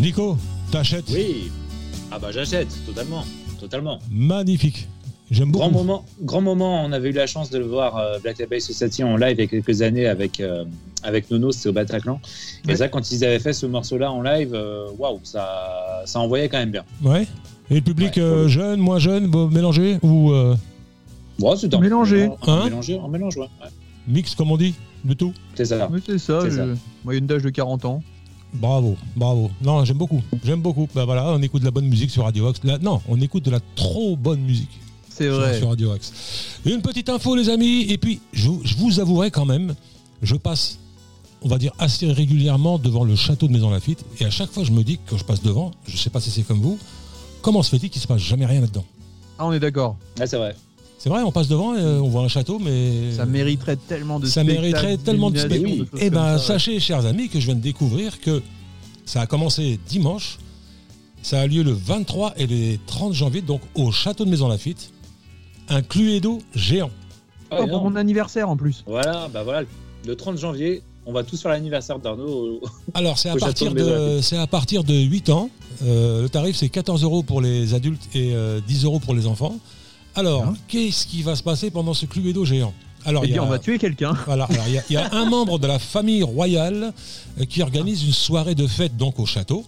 Nico, t'achètes? Oui. Ah bah j'achète, totalement. Totalement. Magnifique. J'aime beaucoup. Grand moment, grand moment, on avait eu la chance de le voir, euh, Black Label Society en live il y a quelques années avec, euh, avec Nono, c'était au Bataclan. Et Ouais. ça, quand ils avaient fait ce morceau-là en live, euh, waouh, ça, ça envoyait quand même bien. Ouais. Et le public Ouais, euh, oui. jeune, moins jeune, bon, mélangé ou euh, Bon, c'était un Mélangé. Un, Hein mélangé, un mélange, ouais. ouais. mix, comme on dit, de tout? C'est ça. Oui, c'est ça. C'est je- ça. Moyenne d'âge de quarante ans. Bravo, bravo. Non, j'aime beaucoup. J'aime beaucoup. Bah voilà, on écoute de la bonne musique sur Radio Axe. Là, non, on écoute de la trop bonne musique. C'est sur, vrai. sur Radio Axe. Une petite info, les amis, et puis je, je vous avouerai quand même, je passe, on va dire, assez régulièrement devant le château de Maison-Lafitte, et à chaque fois je me dis que quand je passe devant, je sais pas si c'est comme vous, comment se fait-il qu'il se passe jamais rien là-dedans? Ah, on est d'accord. Ah, c'est vrai. C'est vrai, on passe devant, et, euh, on voit un château, mais Ça mériterait tellement de ça spectacles, mériterait tellement de d'illuminations, spectacles. de choses Eh comme ben, ça, ouais. sachez, chers amis, que je viens de découvrir que ça a commencé dimanche, ça a lieu le vingt-trois et le trente janvier, donc au château de Maison-Lafitte, un Cluedo géant. Ah, Oh, pour énorme. mon anniversaire en plus. Voilà, bah voilà, le trente janvier, on va tous faire l'anniversaire d'Arnaud. au- Alors, c'est à, Au château partir de de, Maison-Lafitte. c'est à partir de huit ans. Euh, le tarif, c'est quatorze euros pour les adultes et euh, dix euros pour les enfants. Alors, Hein qu'est-ce qui va se passer pendant ce Cluedo géant? Alors, Et il y dire, a- on va tuer quelqu'un. Voilà, alors il y a- il y, a un membre de la famille royale euh, qui organise une soirée de fête donc au château.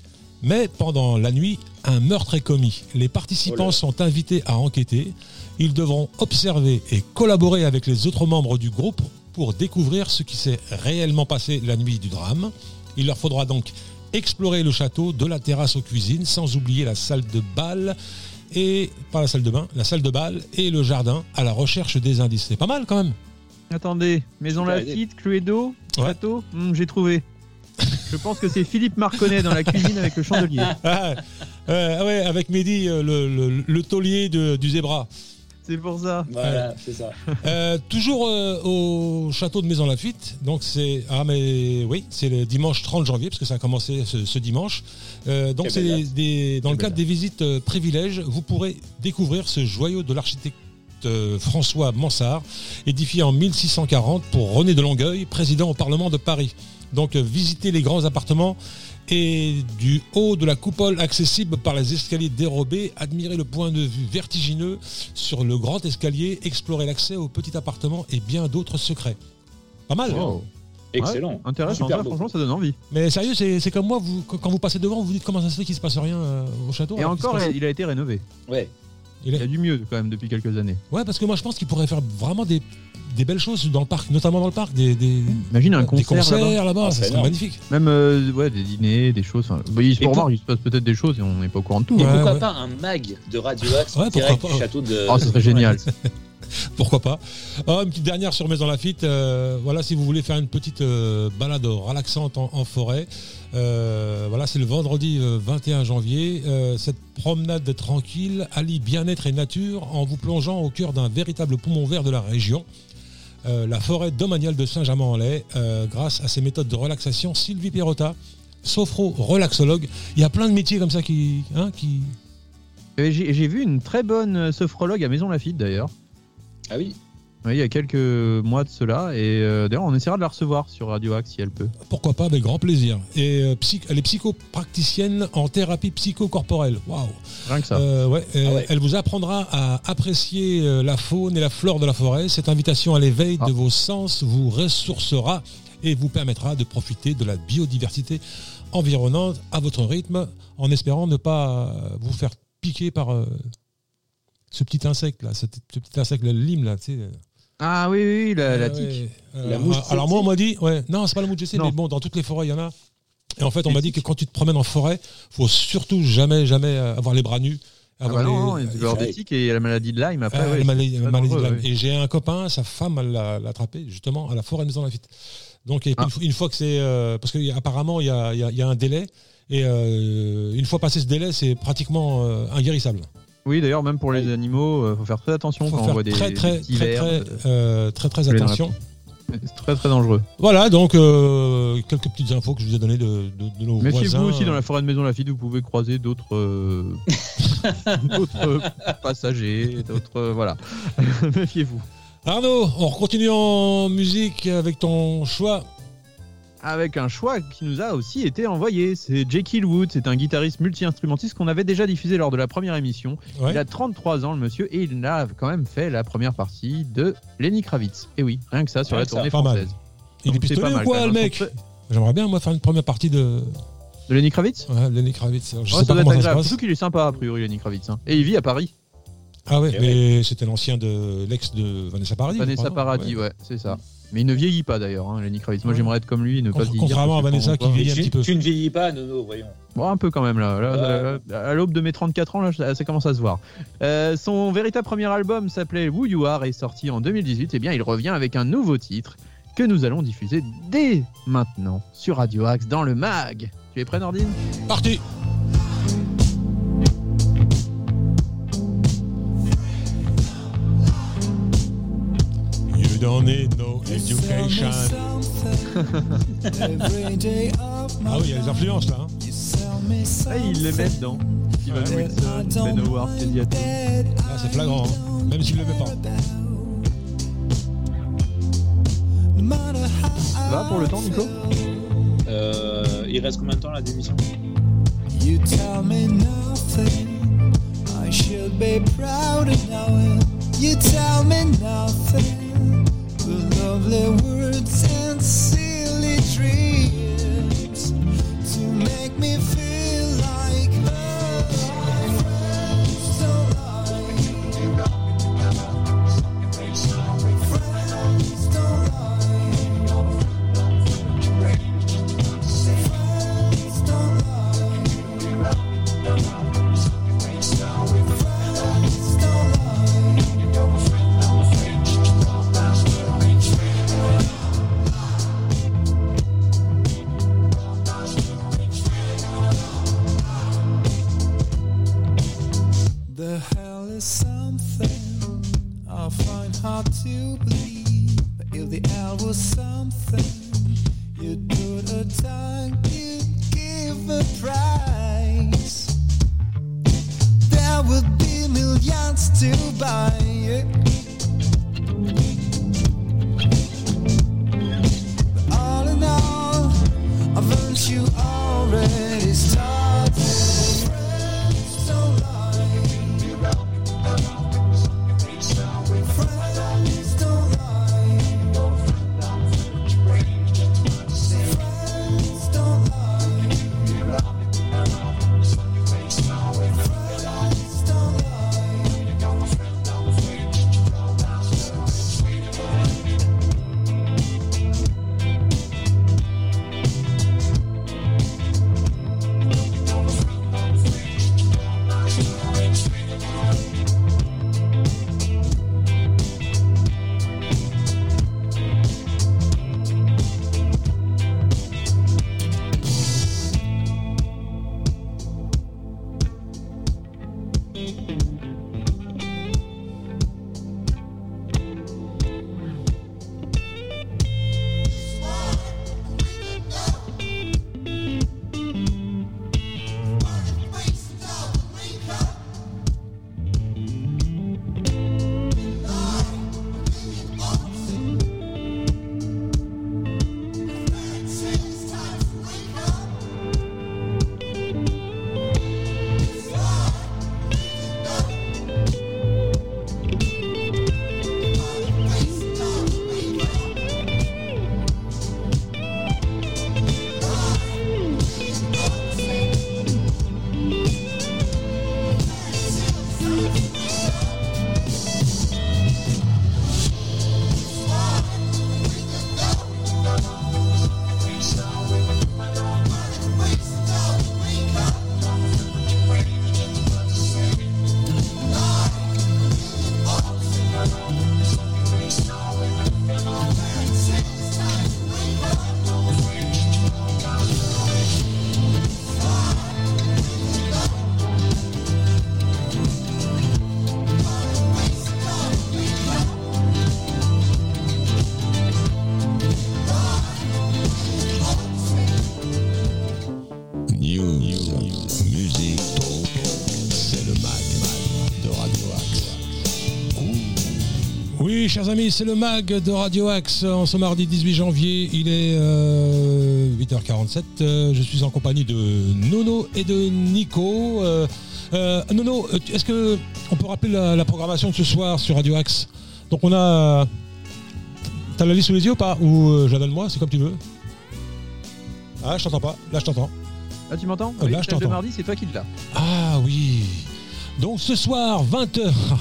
Mais pendant la nuit, un meurtre est commis. Les participants Oh là. sont invités à enquêter. Ils devront observer et collaborer avec les autres membres du groupe pour découvrir ce qui s'est réellement passé la nuit du drame. Il leur faudra donc explorer le château de la terrasse aux cuisines, sans oublier la salle de bal et pas la salle de bain, la salle de bal et le jardin à la recherche des indices. C'est pas mal quand même. Attendez, Maison Super Lafitte, Cluedo, Ouais. château, Hmm, j'ai trouvé. Je pense que c'est Philippe Marconnet dans la cuisine avec le chandelier. Ah, euh, ouais, avec Mehdi, euh, le, le- le taulier de- du zébra. C'est pour ça. Voilà, c'est ça. Euh, toujours euh, au château de Maison-Lafitte. Donc c'est ah mais oui, c'est le dimanche trente janvier parce que ça a commencé ce, ce dimanche. Euh, donc Quelle c'est belle date. des, dans le Quelle cadre belle des visites euh, privilèges, vous pourrez découvrir ce joyau de l'architecte euh, François Mansart, édifié en mille six cent quarante pour René de Longueuil, président au Parlement de Paris. Donc euh, visitez les grands appartements et du haut de la coupole accessible par les escaliers dérobés, admirez le point de vue vertigineux sur le grand escalier, explorez l'accès au petit appartement et bien d'autres secrets. Pas mal. Wow. Excellent. Ouais, intéressant, Super ça, beau. franchement, ça donne envie. Mais sérieux, c'est c'est comme moi, vous, quand vous passez devant, vous vous dites comment ça se fait qu'il se passe rien euh, au château. Et alors qu'il se encore, passe- il a été rénové. Ouais. il Il est- y a du mieux quand même depuis quelques années. Ouais, parce que moi je pense qu'il pourrait faire vraiment des, des belles choses dans le parc, notamment dans le parc, des, des, Imagine un des concert, là-bas. concerts là-bas, Ah, ça c'est serait énorme. magnifique. Même euh, ouais, des dîners, des choses. Enfin, bah, il se Et peut pour- remarque, il se passe peut-être des choses et on n'est pas au courant de tout. Et Ouais, hein. pourquoi ouais. pas un mag de Radio Axe Ouais, direct pourquoi du pas. château de. Oh, ce serait génial. Pourquoi pas. Ah, une petite dernière sur Maison-Lafitte. Euh, voilà, si vous voulez faire une petite euh, balade relaxante en, en forêt, euh, voilà, c'est le vendredi euh, vingt et un janvier. Euh, cette promenade tranquille allie bien-être et nature en vous plongeant au cœur d'un véritable poumon vert de la région. Euh, la forêt domaniale de Saint-Germain-en-Laye, euh, grâce à ses méthodes de relaxation, Sylvie Pierrotta, sophro-relaxologue. Il y a plein de métiers comme ça qui, hein, qui, Et J'ai j'ai vu une très bonne euh, sophrologue à Maison Lafitte d'ailleurs. Ah oui. Oui, il y a quelques mois de cela. Et euh, d'ailleurs, on essaiera de la recevoir sur Radio Axe si elle peut. Pourquoi pas, avec grand plaisir. Et euh, psy- elle est psychopraticienne en thérapie psychocorporelle. Waouh. Rien que ça. Euh, ouais, euh, Ah ouais. Elle vous apprendra à apprécier euh, la faune et la flore de la forêt. Cette invitation à l'éveil Ah. de vos sens vous ressourcera et vous permettra de profiter de la biodiversité environnante à votre rythme, en espérant ne pas euh, vous faire piquer par euh, ce petit insecte là, ce, ce petit insecte, le lime là, tu sais. Ah oui, oui, oui, la, la Euh, tique. ouais. Euh, La mouche alors moi on tsetse. m'a dit, ouais, non c'est pas la mouche tsetse, Non. mais bon dans toutes les forêts il y en a. Et en fait on Les m'a dit que tiques. quand tu te promènes en forêt, faut surtout jamais jamais euh, avoir les bras nus. Ah avoir bah non, les- non, il y a euh, des ouais. tiques et il y a la maladie de Lyme après. ah, ouais, la maladie, c'est la très maladie de dangereux, Lyme. ouais. Et j'ai un copain, sa femme elle l'a l'a attrapé justement à la forêt de Maison-Lafitte. Donc et puis, Ah. une, fois, une fois que c'est euh, parce qu'apparemment il y a, il y, a, il y a un délai et euh, une fois passé ce délai c'est pratiquement euh, inguérissable. Oui, d'ailleurs, même pour les animaux, euh, faut faire très attention Il faut quand on faire voit des, très des très petits très vers, très, euh, euh, très très les dans la attention. C'est très très dangereux. Voilà, donc euh, quelques petites infos que je vous ai données de, de, de nos voisins. Méfiez-vous aussi dans la forêt de Maison Lafitte, vous pouvez croiser d'autres euh, d'autres passagers, d'autres euh, voilà. Méfiez-vous. Arnaud, on continue en musique avec ton choix. avec un choix qui nous a aussi été envoyé. C'est Jekyll Wood, c'est un guitariste multi-instrumentiste qu'on avait déjà diffusé lors de la première émission. Ouais. Il a trente-trois ans, le monsieur, et il a quand même fait la première partie de Lenny Kravitz. Et oui, rien que ça, sur Ouais, la ça, tournée pas mal. française. Il est Donc, c'est pistolet pas ou mal, quoi, quand le même. mec Sur- J'aimerais bien, moi, faire une première partie de, De Lenny Kravitz ouais, Lenny Kravitz. Je Oh, sais ça pas doit être comment ça se agréable. passe. Surtout qu'il est sympa, a priori, Lenny Kravitz. hein. Et il vit à Paris. Ah ouais, Et mais c'était l'ancien de l'ex de Vanessa Paradis. Vanessa pardon. Paradis, ouais, c'est ça. Mais il ne vieillit pas d'ailleurs, hein, Lenny Kravitz. Moi, Ouais. j'aimerais être comme lui et ne pas Con- vieillir. contrairement à parce que Vanessa quand on qui voit- vieillit un tu, petit peu. tu ne vieillis pas, Nono, voyons. Bon, un peu quand même là. Là, Ouais. à l'aube de mes trente-quatre ans, là, ça ça commence à se voir. Euh, son véritable premier album s'appelait Who You Are et est sorti en deux mille dix-huit. Et bien, il revient avec un nouveau titre que nous allons diffuser dès maintenant sur Radio Axe dans le mag. Tu es prêt, Nordine? Parti. You don't need no education. Ah oui, il y a des influences là. Hein. Ah, il les met dedans. Steven Ouais. Wilson, Ben Howard, Kelly Hatton. Là, c'est flagrant, hein. Même s'il ne le met pas. Ça va pour le temps, Nico? Euh, il reste combien de temps la démission? You tell me nothing. I should be proud of knowing. You tell me nothing. The lovely words and silly dreams to make me feel like her. Friends don't lie. Friends don't lie. Friends don't lie. The hell is something I find hard to believe. But if the hell was something, you'd put a tongue, you'd give a price. There would be millions to buy it. But all in all, haven't you already started? Friends don't lie. Friends don't lie. Friends don't lie. Oui, chers amis, c'est le mag de Radio Axe en ce mardi dix-huit janvier. Il est euh, huit heures quarante-sept. Euh, je suis en compagnie de Nono et de Nico. Euh, euh, Nono, est-ce que on peut rappeler la, la programmation de ce soir sur Radio Axe? Donc on a... T'as la liste sous les yeux ou pas? Ou euh, je la donne moi, c'est comme tu veux. Ah, je t'entends pas. Là, je t'entends. Là, tu m'entends? Euh, Oui, là, je celle de t'entends. mardi, c'est toi qui l'as. Ah oui. Donc ce soir, vingt heures.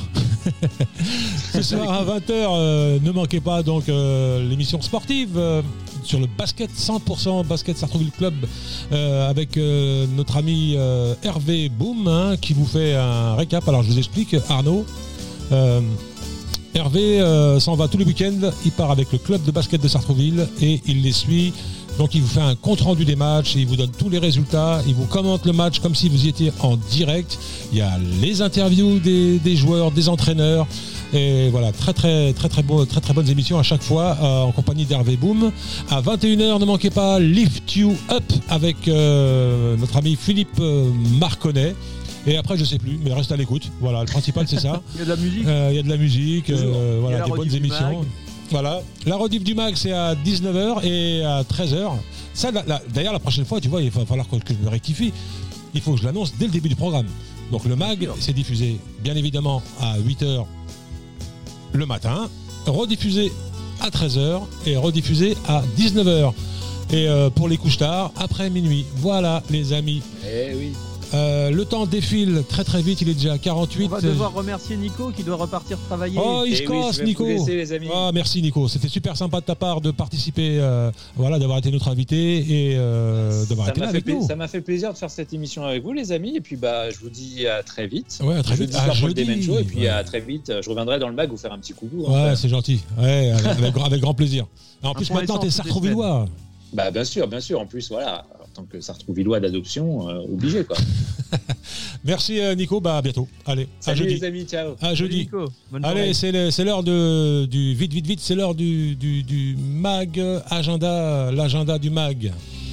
Ce soir à vingt heures, euh, ne manquez pas donc euh, l'émission sportive euh, sur le basket, cent pour cent basket Sartrouville Club, euh, avec euh, notre ami euh, Hervé Boom, hein, qui vous fait un récap. Alors je vous explique, Arnaud. Euh, Hervé euh, s'en va tous les week-ends, il part avec le club de basket de Sartrouville et il les suit. Donc il vous fait un compte rendu des matchs, et il vous donne tous les résultats, il vous commente le match comme si vous y étiez en direct. Il y a les interviews des, des joueurs, des entraîneurs, et voilà, très très très très beau, très très bonnes émissions à chaque fois euh, en compagnie d'Hervé Boom. À vingt et une heures, ne manquez pas Lift You Up avec euh, notre ami Philippe euh, Marconnet. Et après, je sais plus, mais reste à l'écoute. Voilà, le principal c'est ça. Il y a de la musique. Euh, Il y a de la musique, euh, voilà, la des bonnes rediff du émissions. mag. Voilà, la rediff du mag c'est à dix-neuf heures et à treize heures. Ça, la- la- d'ailleurs, la prochaine fois, tu vois, il va falloir que, que je me rectifie. Il faut que je l'annonce dès le début du programme. Donc le mag, c'est diffusé bien évidemment à huit heures le matin, rediffusé à treize heures et rediffusé à dix-neuf heures. Et euh, pour les couches tard, après minuit. Voilà, les amis. Eh oui. Euh, le temps défile très très vite, il est déjà à quarante-huit. On va devoir remercier Nico qui doit repartir travailler. Oh, il se Eh oui, casse, je vais Nico. vous laisser, les amis. Ah, merci, Nico. C'était super sympa de ta part de participer, euh, voilà, d'avoir été notre invité et euh, d'avoir Ça été là m'a fait, avec pla- nous. ça m'a fait plaisir de faire cette émission avec vous, les amis. Et puis, bah, je vous dis à très vite. Ouais, à très Jeudi vite. soir À pour le jeudi. Demen Show. Et puis, Ouais. à très vite. Je reviendrai dans le mag vous faire un petit coucou. hein, Ouais, frère. c'est gentil. Ouais, avec, avec grand- avec grand plaisir. Et en plus, point maintenant, essence t'es toutes les Sartrouvillois. Bah, bien sûr, bien sûr. En plus, voilà, en tant que Sartrouvillois d'adoption, euh, obligé, quoi. Merci, euh, Nico. Bah, à bientôt. Allez, à Salut, jeudi. les amis. Ciao. À Salut, jeudi. Nico. Bonne Allez, journée. c'est le- c'est l'heure de, du vite, vite, vite. C'est l'heure du, du, du mag agenda, l'agenda du mag.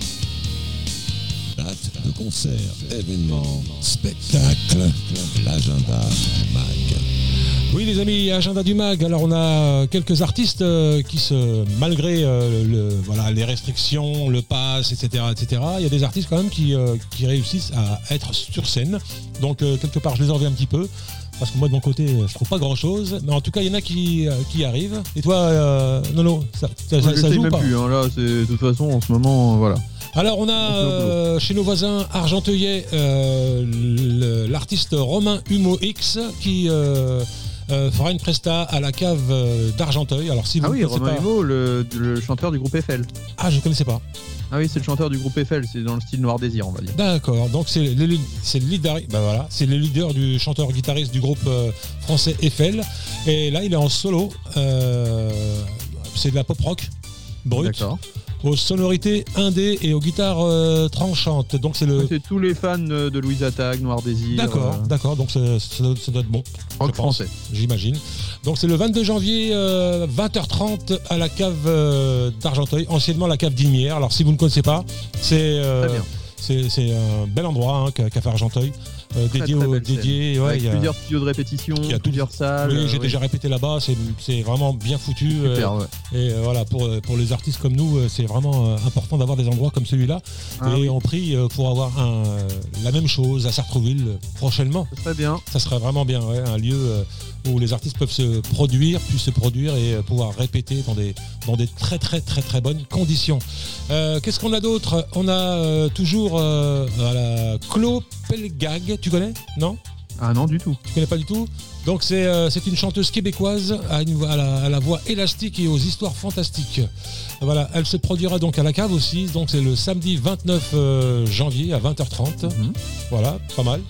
Date de concert, événements, spectacles, l'agenda mag. Oui, les amis, agenda du mag. Alors, on a quelques artistes euh, qui se, malgré euh, le, voilà, les restrictions, le pass, et cetera, et cetera, il y a des artistes quand même qui, euh, qui réussissent à être sur scène. Donc, euh, quelque part, je les envie un petit peu. Parce que moi, de mon côté, je trouve pas grand-chose. Mais en tout cas, il y en a qui, euh, qui arrivent. Et toi, euh, Nono, ça, ça, Moi, ça, ça j'essaye joue ou même pas? plus. Hein. Là, c'est de toute façon en ce moment, euh, voilà. Alors on a On fait au boulot. euh, chez nos voisins argenteuillais euh, le- l'artiste Romain Humo X qui euh, euh, fera une presta à la cave euh, d'Argenteuil. Alors si vous Ah ne oui, connaissez Romain pas... Humo, le, le chanteur du groupe Eiffel. Ah, je ne connaissais pas. Ah oui, c'est le chanteur du groupe Eiffel. C'est dans le style Noir Désir, on va dire. D'accord, donc c'est le, c'est le leader, bah voilà, c'est le leader du chanteur-guitariste du groupe euh, français Eiffel. Et là, il est en solo. Euh, c'est de la pop rock brute, D'accord. aux sonorités indé et aux guitares euh, tranchantes. Donc c'est le... C'est tous les fans euh, de Louise Attaque, Noir Désir. D'accord, euh, d'accord, donc c'est- ça, doit- ça doit être bon. rock je pense, français. J'imagine. Donc c'est le vingt-deux janvier, euh, vingt heures trente à la cave euh, d'Argenteuil, anciennement la cave d'Imière. Alors si vous ne connaissez pas, c'est euh, Très bien. c'est c'est un bel endroit, hein, qu'a qu'a fait Argenteuil, euh, Très, dédié, très au, belle dédié, ouais, Avec il y a- plusieurs studios de répétition, il y a tout- plusieurs salles. oui, euh, j'ai oui. déjà répété là-bas, c'est c'est vraiment bien foutu. euh, Super, ouais. et euh, voilà, pour, pour les artistes comme nous, euh, c'est vraiment euh, important d'avoir des endroits comme celui-là. Ah et oui, on prie euh, pour avoir un, euh, la même chose à Sartrouville euh, prochainement. ça serait bien. Ça serait vraiment bien, ouais, un lieu euh, où les artistes peuvent se produire, puissent se produire et euh, pouvoir répéter dans des, dans des très très très très bonnes conditions. Euh, Qu'est-ce qu'on a d'autre? On a euh, toujours euh, à la Clo Pelgag, tu connais? Non? Ah non, du tout. Tu connais pas du tout? Donc c'est euh, c'est une chanteuse québécoise à, une voix- à, la, à la voix élastique et aux histoires fantastiques. Voilà, elle se produira donc à la cave aussi, donc c'est le samedi vingt-neuf euh, janvier à vingt heures trente. Mhm. Voilà, pas mal.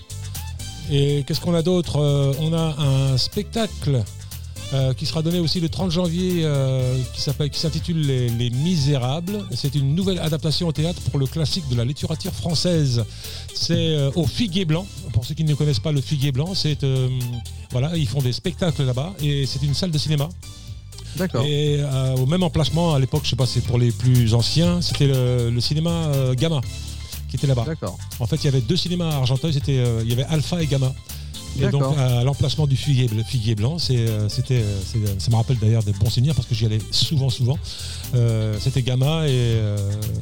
Et qu'est-ce qu'on a d'autre? Euh, On a un spectacle euh, qui sera donné aussi le trente janvier euh, qui s'appelle, qui s'intitule Les, Les Misérables. C'est une nouvelle adaptation au théâtre pour le classique de la littérature française. C'est euh, au Figuier Blanc. Pour ceux qui ne connaissent pas le Figuier Blanc, c'est euh, voilà, ils font des spectacles là-bas et c'est une salle de cinéma. D'accord. Et euh, au même emplacement à l'époque, je sais pas, c'est pour les plus anciens, c'était le, le cinéma euh, Gamma qui était là-bas. D'accord. En fait, il y avait deux cinémas à Argenteuil, c'était, euh, il y avait Alpha et Gamma. Et donc, D'accord. à l'emplacement du Figuier, le Figuier Blanc, c'est, euh, c'était, euh, c'est- ça me rappelle d'ailleurs des bons souvenirs parce que j'y allais souvent, souvent. Euh, c'était Gamma et euh,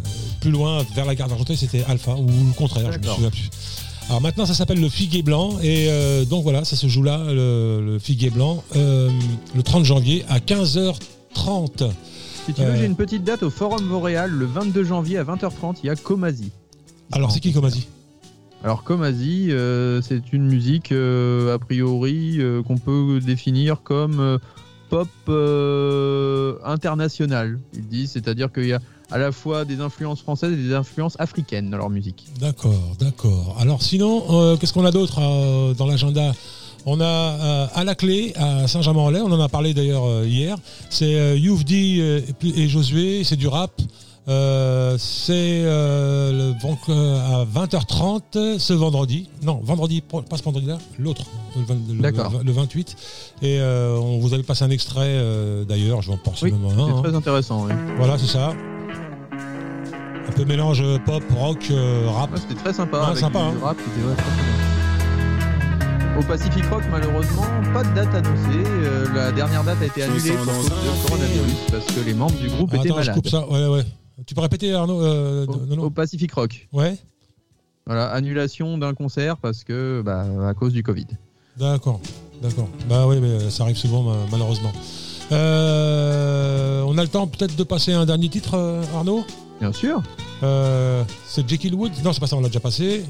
plus loin, vers la gare d'Argenteuil, c'était Alpha, ou le contraire, je me D'accord. souviens plus. Alors maintenant, ça s'appelle le Figuier Blanc, et euh, donc voilà, ça se joue là, le, le Figuier Blanc, euh, le trente janvier à quinze heures trente. Si tu veux, Euh. j'ai une petite date au Forum Vauréal, le vingt-deux janvier à vingt heures trente, il y a Komazi. Alors c'est qui Komazi? Alors Komazi, euh, c'est une musique euh, a priori euh, qu'on peut définir comme euh, pop euh, international. Ils disent, c'est-à-dire qu'il y a à la fois des influences françaises et des influences africaines dans leur musique. D'accord, d'accord. Alors sinon, euh, qu'est-ce qu'on a d'autre euh, dans l'agenda? On a euh, à la clé, à Saint-Germain-en-Laye, on en a parlé d'ailleurs euh, hier, c'est euh, Youvdi euh, et, puis- et Josué, c'est du rap. Euh, c'est euh, le- donc, euh, à vingt heures trente ce vendredi. Non, vendredi, pas ce vendredi-là, l'autre, le, vingt- le- D'accord. le vingt-huit. Et euh, on vous avait passé un extrait euh, d'ailleurs, je vais en porter Oui, même c'est un. hein. très intéressant. Oui. Voilà, c'est ça. Un peu mélange euh, pop, rock, euh, rap. Ouais, c'était très sympa. Ouais, avec sympa, du hein. rap, c'était ouais, très, très bien. Au Pacific Rock, malheureusement, pas de date annoncée. Euh, la dernière date a été annulée pour cause de coronavirus parce que les membres du groupe étaient Attends, je malades. coupe ça. Ouais, ouais. Tu peux répéter, Arnaud euh, Au, non, non. au Pacific Rock. Ouais, Voilà, annulation d'un concert parce que bah, à cause du Covid. d'accord, d'accord. Bah oui, mais ça arrive souvent, ma- malheureusement. Euh, on a le temps peut-être de passer un dernier titre, euh, Arnaud. Bien sûr. Euh, c'est Jekyll Woods. Non, c'est pas ça, on l'a déjà passé.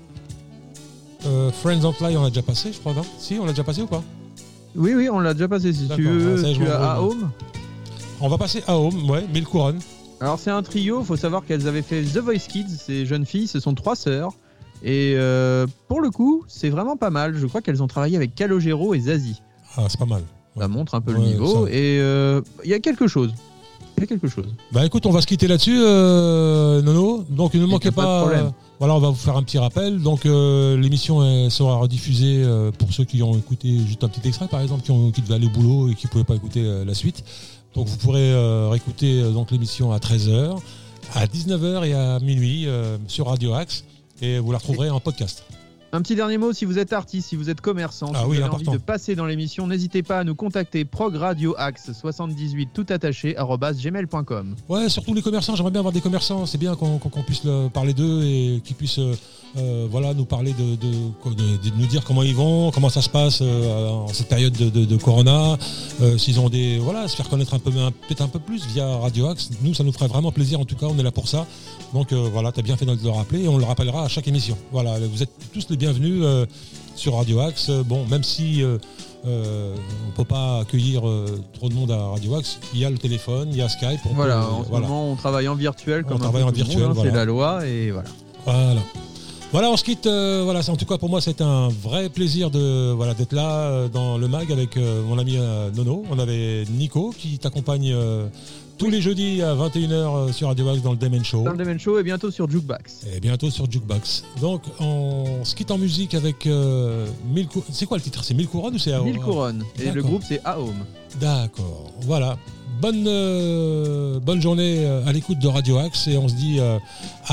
Euh, Friends Don't Lie, on l'a déjà passé, je crois, non? Si, on l'a déjà passé ou pas? Oui, oui, on l'a déjà passé. Si tu D'accord, veux, ah, ça y est, je tu m'en as à veux, Home. On va passer à Home, ouais, mille couronnes. Alors c'est un trio, il faut savoir qu'elles avaient fait The Voice Kids, ces jeunes filles, ce sont trois sœurs. Et euh, pour le coup, c'est vraiment pas mal. Je crois qu'elles ont travaillé avec Calogero et Zazie. Ah, c'est pas mal. Ça montre un peu Ouais, le niveau. ça. Et euh, il y a quelque chose. Il y a quelque chose. Bah écoute, on va se quitter là-dessus, euh, Nono. Donc ne manquez y a pas de pas. problème. euh, voilà, on va vous faire un petit rappel. Donc euh, l'émission elle sera rediffusée euh, pour ceux qui ont écouté juste un petit extrait, par exemple, qui, ont, qui devaient aller au boulot et qui ne pouvaient pas écouter euh, la suite. Donc vous pourrez euh, réécouter euh, donc l'émission à treize heures, à dix-neuf heures et à minuit euh, sur Radio Axe. Et vous la retrouverez en podcast. Un petit dernier mot, si vous êtes artiste, si vous êtes commerçant, Ah si oui, vous avez important. envie de passer dans l'émission, n'hésitez pas à nous contacter progradioaxe soixante-dix-huit tout attaché arobase gmail point com. Ouais, surtout les commerçants, j'aimerais bien avoir des commerçants, c'est bien qu'on qu'on- qu'on puisse le- parler d'eux et qu'ils puissent euh, euh, voilà, nous parler de, de, de- de nous dire comment ils vont, comment ça se passe euh, en cette période de, de- de Corona, euh, s'ils ont des... Voilà, se faire connaître un peu, un- peut-être un peu plus via Radio Axe. Nous, ça nous ferait vraiment plaisir, en tout cas, on est là pour ça. Donc euh, voilà, tu as bien fait de le rappeler et on le rappellera à chaque émission. Voilà, vous êtes tous les bienvenus euh, sur Radio Axe. Bon, même si... euh, Euh, on ne peut pas accueillir euh, trop de monde à Radio Axe. Il y a le téléphone, il y a Skype. on Voilà, peut, euh, en ce voilà. moment on travaille en virtuel On comme un travaille peu en tout le virtuel, monde, hein, voilà. c'est la loi et voilà. Voilà. Voilà, on se quitte. euh, voilà, c'est- en tout cas pour moi, c'est un vrai plaisir de voilà d'être là euh, dans le mag avec euh, mon ami euh, Nono. On avait Nico qui t'accompagne euh, tous les jeudis à vingt et une heures euh, sur Radio Axe dans le Demen Show. Dans le Demen Show et bientôt sur Jukebox. Et bientôt sur Jukebox. Donc on se quitte en musique avec euh, mille cou- C'est quoi le titre? C'est mille couronnes ou c'est à mille couronnes. Et le D'accord. groupe c'est A Home. D'accord. Voilà. Bonne, euh, bonne journée euh, à l'écoute de Radio Axe et on se dit euh,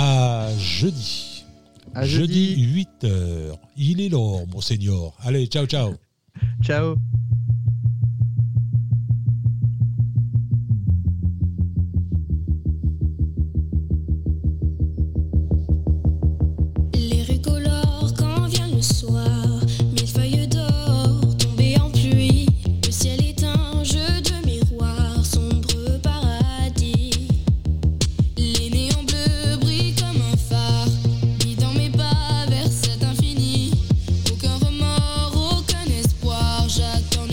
à jeudi. À jeudi. huit heures. Il est l'heure, mon seigneur. Allez, ciao, ciao. Ciao. Les rues colorent quand vient le soir, mille feuilles d'or tombées en pluie. Le ciel est un jeu de miroirs, sombre paradis. Les néons bleus brillent comme un phare, guidant mes pas vers cet infini. Aucun remords, aucun espoir, j'attends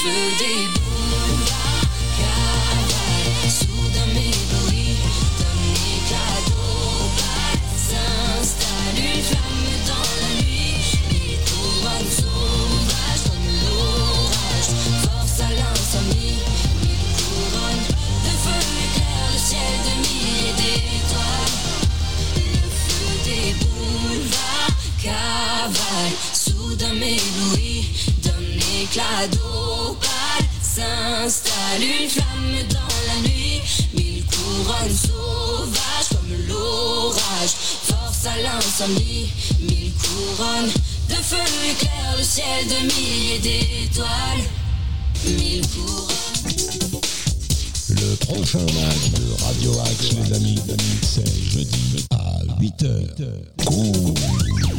feu des boulevards cavale, soudain m'éblouit, donne éclat d'opale, s'installe une flamme dans la nuit, les couronnes sauvages comme l'orage, force à l'insomnie, mille couronnes de feu éclairent le ciel de milliers d'étoiles, le feu des boulevards cavale, soudain m'éblouit, donne éclat d'opale, s'installe une flamme dans la nuit, mille couronnes sauvages comme l'orage, force à l'insomnie, mille couronnes de feu éclairent le ciel de milliers d'étoiles, mille couronnes. Le prochain match de Radio Axe, les amis, c'est jeudi à huit heures. Cool.